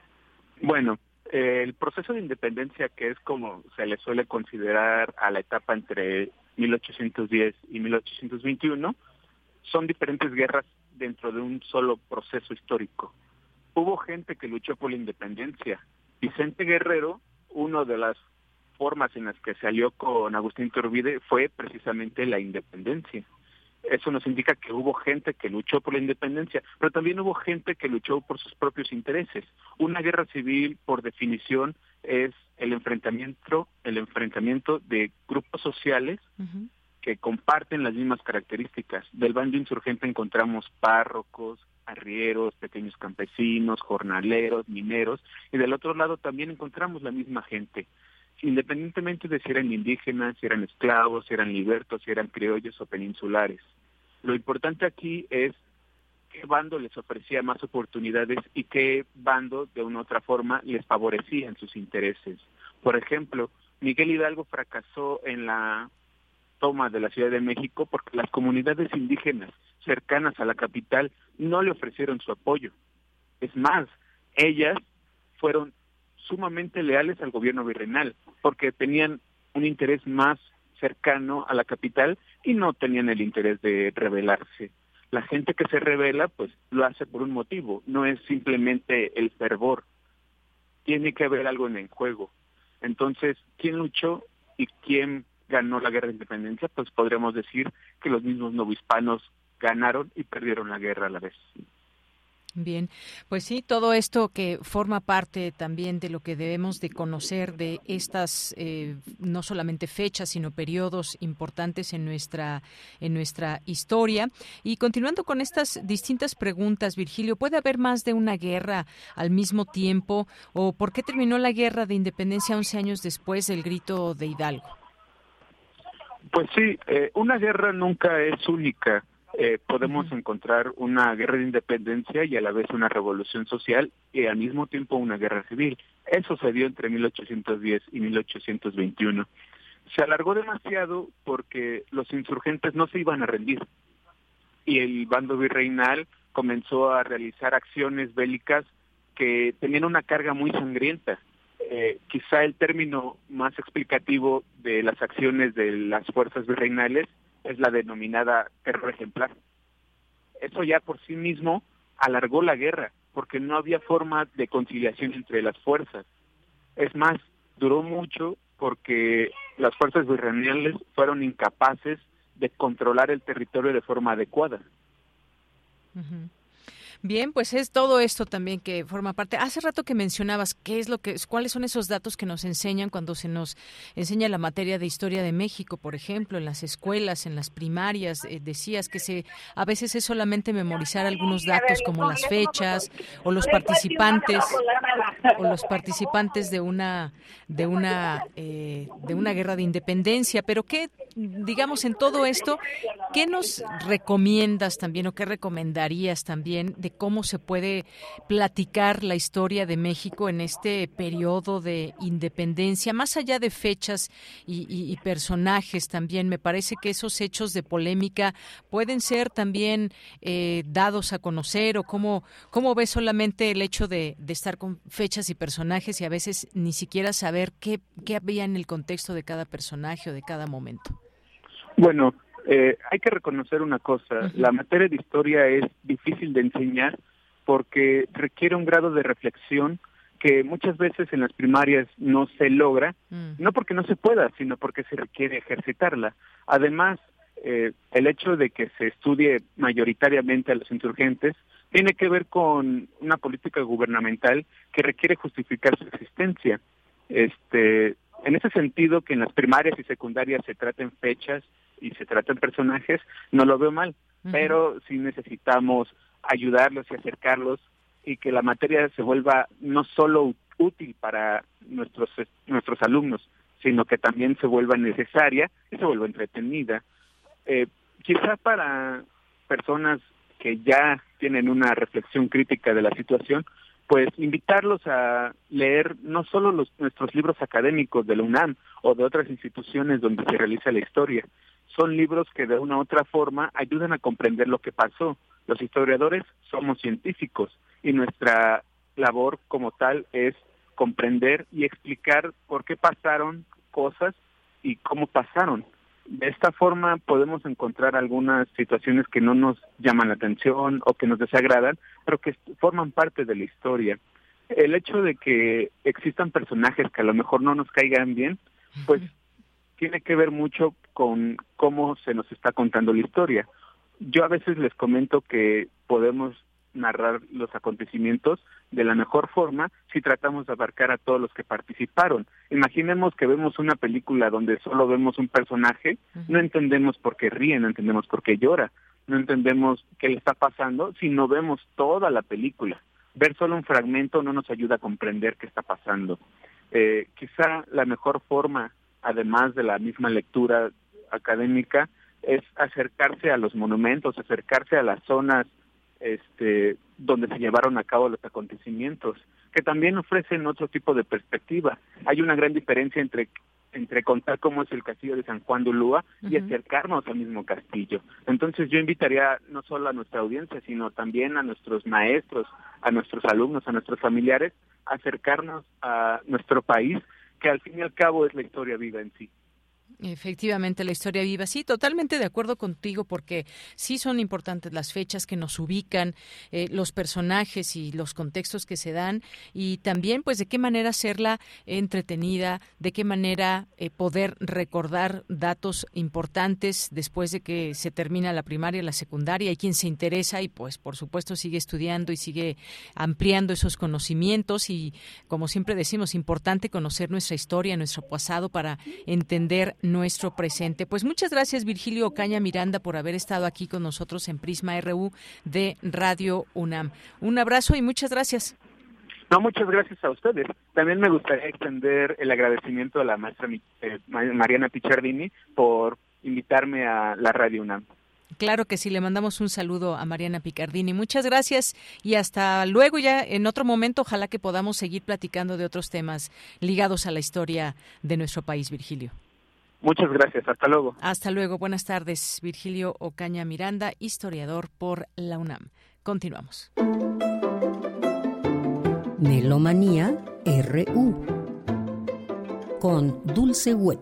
Bueno, el proceso de independencia, que es como se le suele considerar a la etapa entre 1810 y 1821, son diferentes guerras dentro de un solo proceso histórico. Hubo gente que luchó por la independencia. Vicente Guerrero, una de las formas en las que se alió con Agustín Iturbide fue precisamente la independencia. Eso nos indica que hubo gente que luchó por la independencia, pero también hubo gente que luchó por sus propios intereses. Una guerra civil, por definición, es el enfrentamiento de grupos sociales que comparten las mismas características. Del bando insurgente encontramos párrocos, arrieros, pequeños campesinos, jornaleros, mineros, y del otro lado también encontramos la misma gente, independientemente de si eran indígenas, si eran esclavos, si eran libertos, si eran criollos o peninsulares. Lo importante aquí es qué bando les ofrecía más oportunidades y qué bando, de una u otra forma, les favorecía en sus intereses. Por ejemplo, Miguel Hidalgo fracasó en la toma de la Ciudad de México porque las comunidades indígenas cercanas a la capital no le ofrecieron su apoyo. Es más, ellas fueron sumamente leales al gobierno virreinal porque tenían un interés más cercano a la capital y no tenían el interés de rebelarse. La gente que se rebela, pues lo hace por un motivo, no es simplemente el fervor. Tiene que haber algo en el juego. Entonces, ¿quién luchó y quién ganó la guerra de independencia? Pues podríamos decir que los mismos novohispanos ganaron y perdieron la guerra a la vez. Bien, pues sí, todo esto que forma parte también de lo que debemos de conocer de estas no solamente fechas, sino periodos importantes en nuestra historia. Y continuando con estas distintas preguntas, Virgilio, ¿puede haber más de una guerra al mismo tiempo? ¿O por qué terminó la guerra de independencia 11 años después del grito de Hidalgo? Pues sí, una guerra nunca es única. Podemos encontrar una guerra de independencia y a la vez una revolución social y al mismo tiempo una guerra civil. Eso se dio entre 1810 y 1821. Se alargó demasiado porque los insurgentes no se iban a rendir y el bando virreinal comenzó a realizar acciones bélicas que tenían una carga muy sangrienta. Quizá el término más explicativo de las acciones de las fuerzas virreinales es la denominada terror ejemplar. Eso ya por sí mismo alargó la guerra, porque no había forma de conciliación entre las fuerzas. Es más, duró mucho porque las fuerzas virreinales fueron incapaces de controlar el territorio de forma adecuada. Bien, pues es todo esto también que forma parte. Hace rato que mencionabas cuáles son esos datos que nos enseñan cuando se nos enseña la materia de historia de México, por ejemplo, en las escuelas, en las primarias. Decías que a veces es solamente memorizar algunos datos como las fechas o los participantes de una guerra de independencia. Pero qué, digamos, en todo esto, ¿qué nos recomiendas también o qué recomendarías también de cómo se puede platicar la historia de México en este periodo de independencia, más allá de fechas y personajes también? Me parece que esos hechos de polémica pueden ser también dados a conocer, o cómo ves solamente el hecho de estar con fechas y personajes y a veces ni siquiera saber qué había en el contexto de cada personaje o de cada momento. Bueno, hay que reconocer una cosa, la materia de historia es difícil de enseñar porque requiere un grado de reflexión que muchas veces en las primarias no se logra, no porque no se pueda, sino porque se requiere ejercitarla. Además, el hecho de que se estudie mayoritariamente a los insurgentes tiene que ver con una política gubernamental que requiere justificar su existencia. En ese sentido, que en las primarias y secundarias se traten fechas y se traten personajes, no lo veo mal, pero sí necesitamos ayudarlos y acercarlos y que la materia se vuelva no solo útil para nuestros alumnos, sino que también se vuelva necesaria y se vuelva entretenida. Quizá para personas que ya tienen una reflexión crítica de la situación, pues invitarlos a leer no solo nuestros libros académicos de la UNAM o de otras instituciones donde se realiza la historia. Son libros que de una u otra forma ayudan a comprender lo que pasó. Los historiadores somos científicos y nuestra labor como tal es comprender y explicar por qué pasaron cosas y cómo pasaron. De esta forma podemos encontrar algunas situaciones que no nos llaman la atención o que nos desagradan, pero que forman parte de la historia. El hecho de que existan personajes que a lo mejor no nos caigan bien, pues tiene que ver mucho con cómo se nos está contando la historia. Yo a veces les comento que podemos narrar los acontecimientos de la mejor forma si tratamos de abarcar a todos los que participaron. Imaginemos que vemos una película donde solo vemos un personaje, no entendemos por qué ríe, no entendemos por qué llora, no entendemos qué le está pasando si no vemos toda la película. Ver solo un fragmento no nos ayuda a comprender qué está pasando. Quizá la mejor forma, además de la misma lectura académica, es acercarse a los monumentos, acercarse a las zonas donde se llevaron a cabo los acontecimientos, que también ofrecen otro tipo de perspectiva. Hay una gran diferencia entre contar cómo es el castillo de San Juan de Ulúa y acercarnos al mismo castillo. Entonces yo invitaría no solo a nuestra audiencia, sino también a nuestros maestros, a nuestros alumnos, a nuestros familiares, a acercarnos a nuestro país, que al fin y al cabo es la historia viva en sí. Efectivamente, la historia viva. Sí, totalmente de acuerdo contigo, porque sí son importantes las fechas que nos ubican, los personajes y los contextos que se dan, y también pues de qué manera hacerla entretenida, de qué manera poder recordar datos importantes después de que se termina la primaria, la secundaria. Hay quien se interesa y pues por supuesto sigue estudiando y sigue ampliando esos conocimientos, y como siempre decimos, importante conocer nuestra historia, nuestro pasado, para entender nuestro presente. Pues muchas gracias, Virgilio Ocaña Miranda, por haber estado aquí con nosotros en Prisma RU de Radio UNAM. Un abrazo y muchas gracias. No, muchas gracias a ustedes. También me gustaría extender el agradecimiento a la maestra Mariana Pichardini por invitarme a la Radio UNAM. Claro que sí, le mandamos un saludo a Mariana Piccardini. Muchas gracias y hasta luego. Ya en otro momento, ojalá que podamos seguir platicando de otros temas ligados a la historia de nuestro país, Virgilio. Muchas gracias, hasta luego. Hasta luego, buenas tardes. Virgilio Ocaña Miranda, historiador por la UNAM. Continuamos. Melomanía RU con Dulce Wet.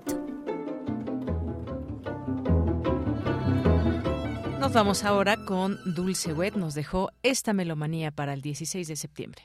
Nos vamos ahora con Dulce Wet. Nos dejó esta melomanía para el 16 de septiembre.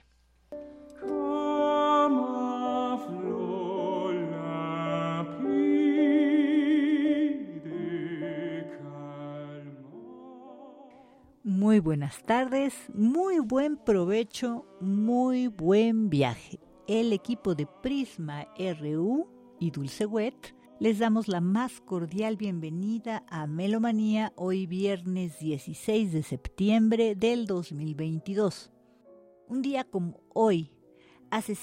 muy buenas tardes, muy buen provecho, muy buen viaje. El equipo de Prisma RU y Dulce Wet les damos la más cordial bienvenida a Melomanía hoy viernes 16 de septiembre del 2022. Un día como hoy, hace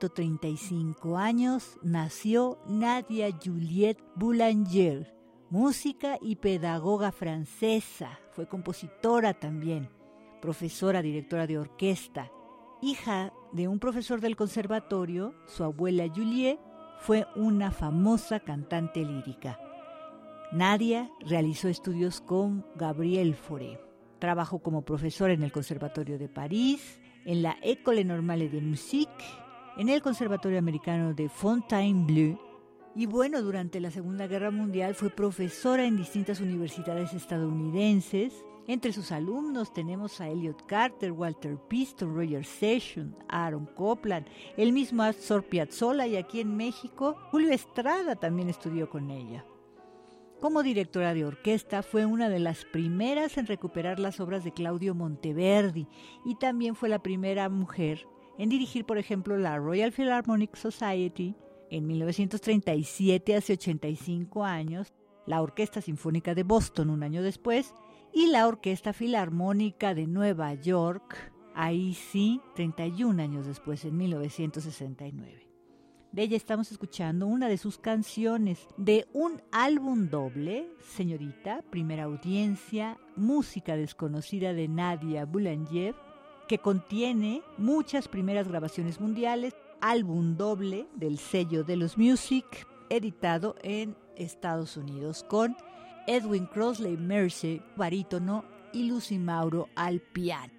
135 años, nació Nadia Juliette Boulanger, música y pedagoga francesa. Fue compositora también, profesora, directora de orquesta. Hija de un profesor del conservatorio, su abuela Juliette fue una famosa cantante lírica. Nadia realizó estudios con Gabriel Fauré. Trabajó como profesora en el Conservatorio de París, en la École Normale de Musique, en el Conservatorio Americano de Fontainebleau. Y bueno, durante la Segunda Guerra Mundial fue profesora en distintas universidades estadounidenses. Entre sus alumnos tenemos a Elliot Carter, Walter Piston, Roger Sessions, Aaron Copland, el mismo Astor Piazzolla, y aquí en México, Julio Estrada también estudió con ella. Como directora de orquesta fue una de las primeras en recuperar las obras de Claudio Monteverdi y también fue la primera mujer en dirigir, por ejemplo, la Royal Philharmonic Society en 1937, hace 85 años, la Orquesta Sinfónica de Boston un año después, y la Orquesta Filarmónica de Nueva York, ahí sí, 31 años después, en 1969. De ella estamos escuchando una de sus canciones de un álbum doble, Señorita, Primera Audiencia, música desconocida de Nadia Boulanger, que contiene muchas primeras grabaciones mundiales, álbum doble del sello de los Music, editado en Estados Unidos, con Edwin Crossley Mercer, barítono, y Lucy Mauro al piano.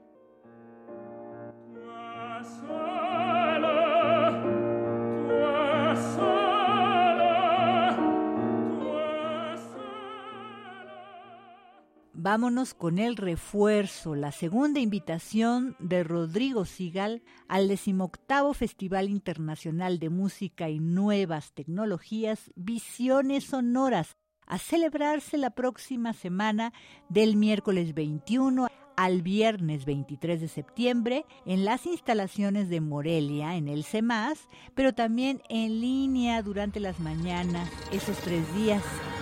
Vámonos con el refuerzo, la segunda invitación de Rodrigo Sigal al 18º Festival Internacional de Música y Nuevas Tecnologías, Visiones Sonoras, a celebrarse la próxima semana del miércoles 21 al viernes 23 de septiembre en las instalaciones de Morelia, en el CEMAS, pero también en línea durante las mañanas, esos 3 días.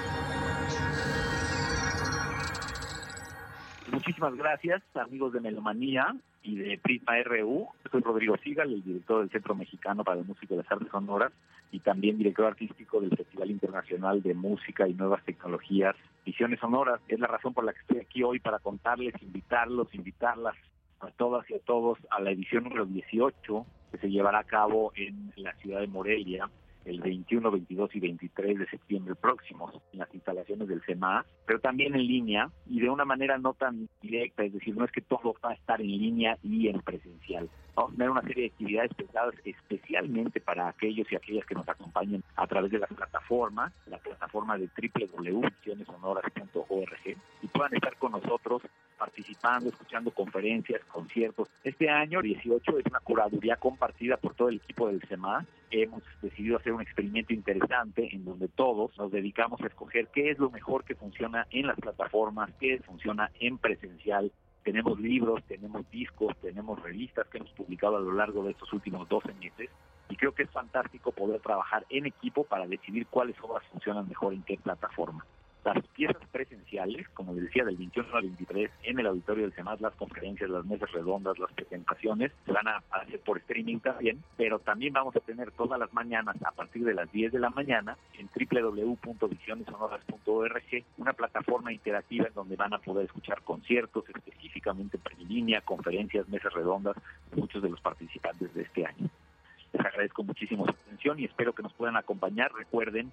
Muchísimas gracias, amigos de Melomanía y de Prisma RU. Soy Rodrigo Sigal, el director del Centro Mexicano para la Música y las Artes Sonoras y también director artístico del Festival Internacional de Música y Nuevas Tecnologías, Visiones Sonoras. Es la razón por la que estoy aquí hoy, para contarles, invitarlas a todas y a todos a la edición número 18 que se llevará a cabo en la ciudad de Morelia el 21, 22 y 23 de septiembre próximos en las instalaciones del CEMAS, pero también en línea y de una manera no tan directa, es decir, no es que todo va a estar en línea y en presencial. Vamos a tener una serie de actividades pensadas especialmente para aquellos y aquellas que nos acompañen a través de la plataforma de www.visionessonoras.org, y puedan estar con nosotros participando, escuchando conferencias, conciertos. Este año 18 es una curaduría compartida por todo el equipo del CEMAS. Hemos decidido hacer un experimento interesante en donde todos nos dedicamos a escoger qué es lo mejor que funciona en las plataformas, qué funciona en presencial. Tenemos libros, tenemos discos, tenemos revistas que hemos publicado a lo largo de estos últimos 12 meses, y creo que es fantástico poder trabajar en equipo para decidir cuáles obras funcionan mejor en qué plataforma. Las piezas presenciales, como les decía, del 21 al 23 en el auditorio del CEMAS, las conferencias, las mesas redondas, las presentaciones, se van a hacer por streaming también, pero también vamos a tener todas las mañanas a partir de las 10 de la mañana en www.visionessonoras.org, una plataforma interactiva en donde van a poder escuchar conciertos específicamente en línea, conferencias, mesas redondas, muchos de los participantes de este año. Les agradezco muchísimo su atención y espero que nos puedan acompañar. Recuerden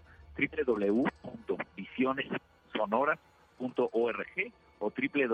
www.visionessonoras.org o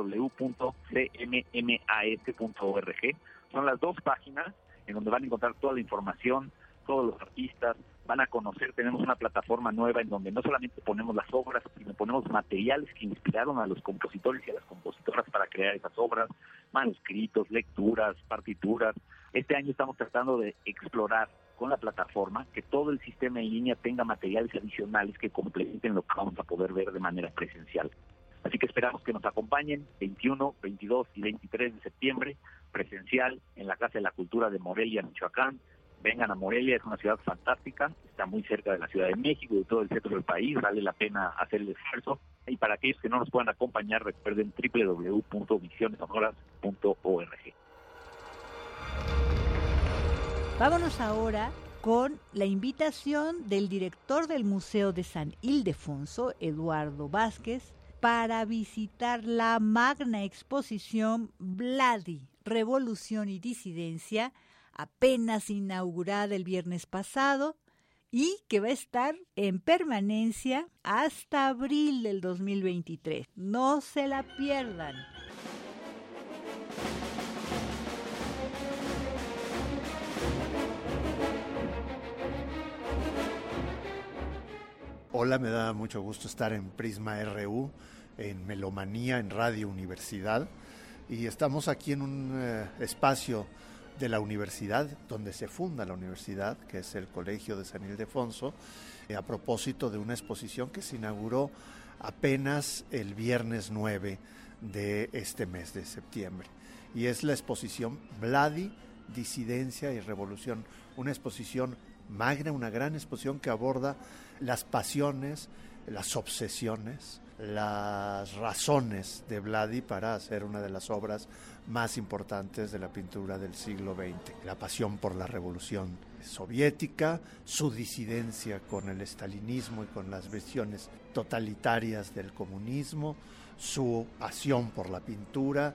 www.cmmas.org. Son las dos páginas en donde van a encontrar toda la información, todos los artistas, van a conocer. Tenemos una plataforma nueva en donde no solamente ponemos las obras, sino ponemos materiales que inspiraron a los compositores y a las compositoras para crear esas obras, manuscritos, lecturas, partituras. Este año estamos tratando de explorar con la plataforma que todo el sistema en línea tenga materiales adicionales que complementen lo que vamos a poder ver de manera presencial. Así que esperamos que nos acompañen 21, 22 y 23 de septiembre, presencial en la Casa de la Cultura de Morelia, Michoacán. Vengan a Morelia, es una ciudad fantástica, está muy cerca de la Ciudad de México y de todo el centro del país, vale la pena hacer el esfuerzo. Y para aquellos que no nos puedan acompañar, recuerden www.visionesonoras.org. Vámonos ahora con la invitación del director del Museo de San Ildefonso, Eduardo Vázquez, para visitar la magna exposición Vladi, Revolución y Disidencia, apenas inaugurada el viernes pasado y que va a estar en permanencia hasta abril del 2023. No se la pierdan. Hola, me da mucho gusto estar en Prisma RU, en Melomanía, en Radio Universidad, y estamos aquí en un espacio de la universidad, donde se funda la universidad, que es el Colegio de San Ildefonso, a propósito de una exposición que se inauguró apenas el viernes 9 de este mes de septiembre, y es la exposición Vladi, Disidencia y Revolución, una exposición magna, una gran exposición que aborda las pasiones, las obsesiones, las razones de Vladi para hacer una de las obras más importantes de la pintura del siglo XX. La pasión por la revolución soviética, su disidencia con el estalinismo y con las visiones totalitarias del comunismo, su pasión por la pintura,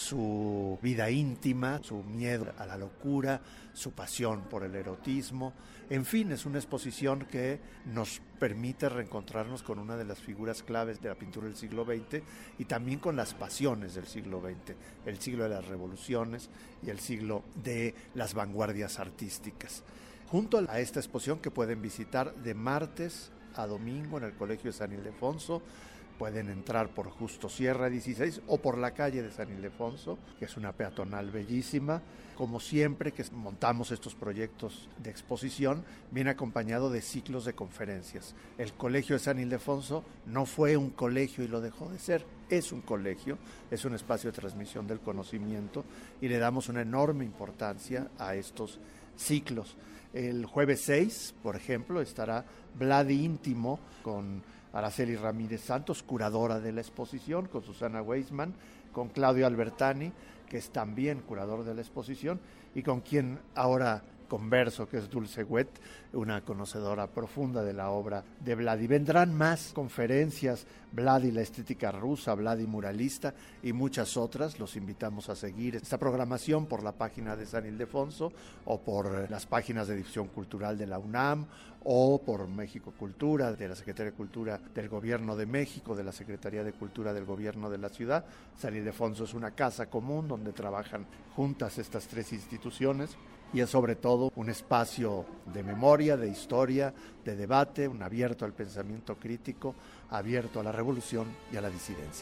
su vida íntima, su miedo a la locura, su pasión por el erotismo. En fin, es una exposición que nos permite reencontrarnos con una de las figuras claves de la pintura del siglo XX y también con las pasiones del siglo XX, el siglo de las revoluciones y el siglo de las vanguardias artísticas. Junto a esta exposición que pueden visitar de martes a domingo en el Colegio de San Ildefonso, pueden entrar por Justo Sierra 16 o por la calle de San Ildefonso, que es una peatonal bellísima. Como siempre que montamos estos proyectos de exposición, viene acompañado de ciclos de conferencias. El Colegio de San Ildefonso no fue un colegio y lo dejó de ser, es un colegio, es un espacio de transmisión del conocimiento y le damos una enorme importancia a estos ciclos. El jueves 6, por ejemplo, estará Vladi Íntimo con Araceli Ramírez Santos, curadora de la exposición, con Susana Weisman, con Claudio Albertani, que es también curador de la exposición, y con quien ahora converso, que es Dulce Wet, una conocedora profunda de la obra de Vladi. Vendrán más conferencias, Vladi la estética rusa, Vladi muralista y muchas otras. Los invitamos a seguir esta programación por la página de San Ildefonso o por las páginas de difusión cultural de la UNAM o por México Cultura, de la Secretaría de Cultura del Gobierno de México, de la Secretaría de Cultura del Gobierno de la Ciudad. San Ildefonso es una casa común donde trabajan juntas estas tres instituciones y es sobre todo un espacio de memoria, de historia, de debate, un abierto al pensamiento crítico, abierto a la revolución y a la disidencia.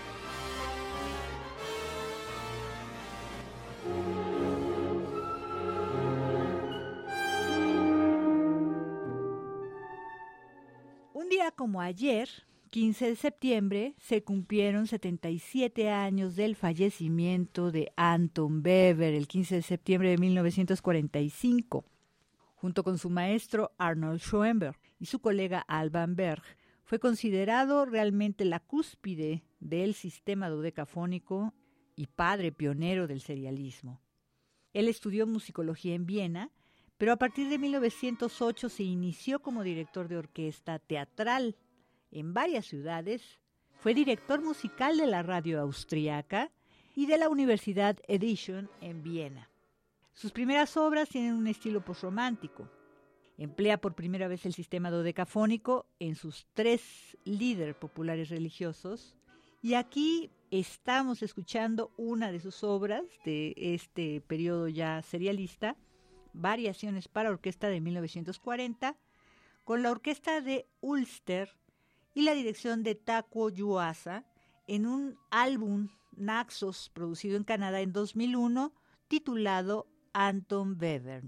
Un día como ayer, 15 de septiembre, se cumplieron 77 años del fallecimiento de Anton Weber, el 15 de septiembre de 1945. Junto con su maestro Arnold Schoenberg y su colega Alban Berg, fue considerado realmente la cúspide del sistema dodecafónico y padre pionero del serialismo. Él estudió musicología en Viena, pero a partir de 1908 se inició como director de orquesta teatral en varias ciudades, fue director musical de la radio austriaca y de la Universidad Edition en Viena. Sus primeras obras tienen un estilo posromántico. Emplea por primera vez el sistema dodecafónico en sus 3 líderes populares religiosos. Y aquí estamos escuchando una de sus obras de este periodo ya serialista, Variaciones para orquesta de 1940, con la orquesta de Ulster y la dirección de Takuo Yuasa en un álbum Naxos producido en Canadá en 2001 titulado Anton Weber,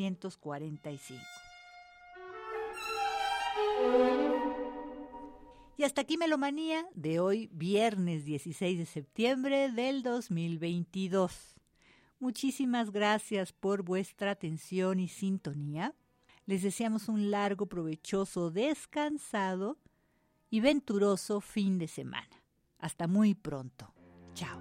1883-1945. Y hasta aquí Melomanía de hoy, viernes 16 de septiembre del 2022. Muchísimas gracias por vuestra atención y sintonía. Les deseamos un largo, provechoso, descansado y venturoso fin de semana. Hasta muy pronto. Chao.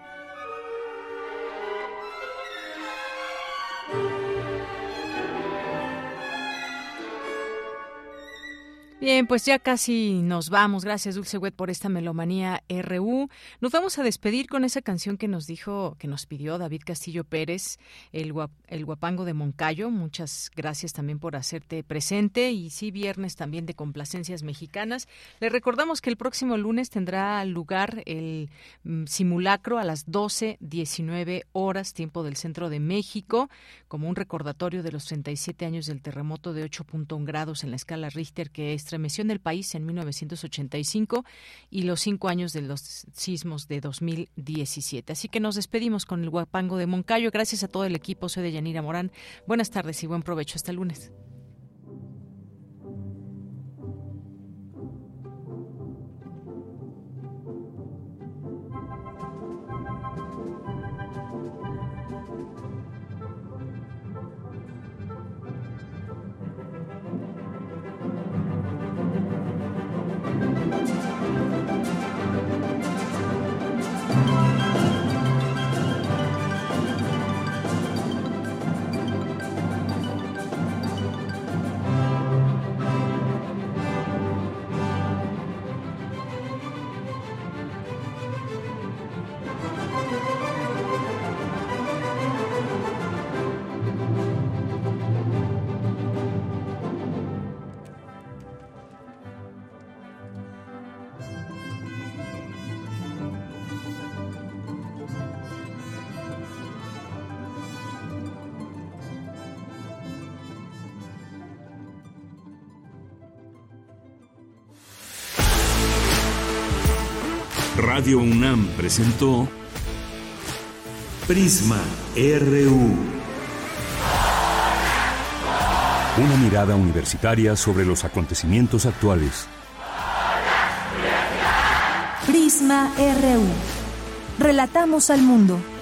Bien, pues ya casi nos vamos. Gracias, Dulce Wet, por esta Melomanía RU. Nos vamos a despedir con esa canción que nos pidió David Castillo Pérez, el Guapango de Moncayo. Muchas gracias también por hacerte presente. Y sí, viernes también de complacencias mexicanas. Les recordamos que el próximo lunes tendrá lugar el simulacro a las 12:19 horas, tiempo del centro de México, como un recordatorio de los 37 años del terremoto de 8.1 grados en la escala Richter que estremeció en el país en 1985 y los 5 años de los sismos de 2017. Así que nos despedimos con el Guapango de Moncayo. Gracias a todo el equipo. Soy Deyanira Morán. Buenas tardes y buen provecho. Hasta el lunes. Radio UNAM presentó Prisma RU. Una mirada universitaria sobre los acontecimientos actuales. Prisma RU. Relatamos al mundo.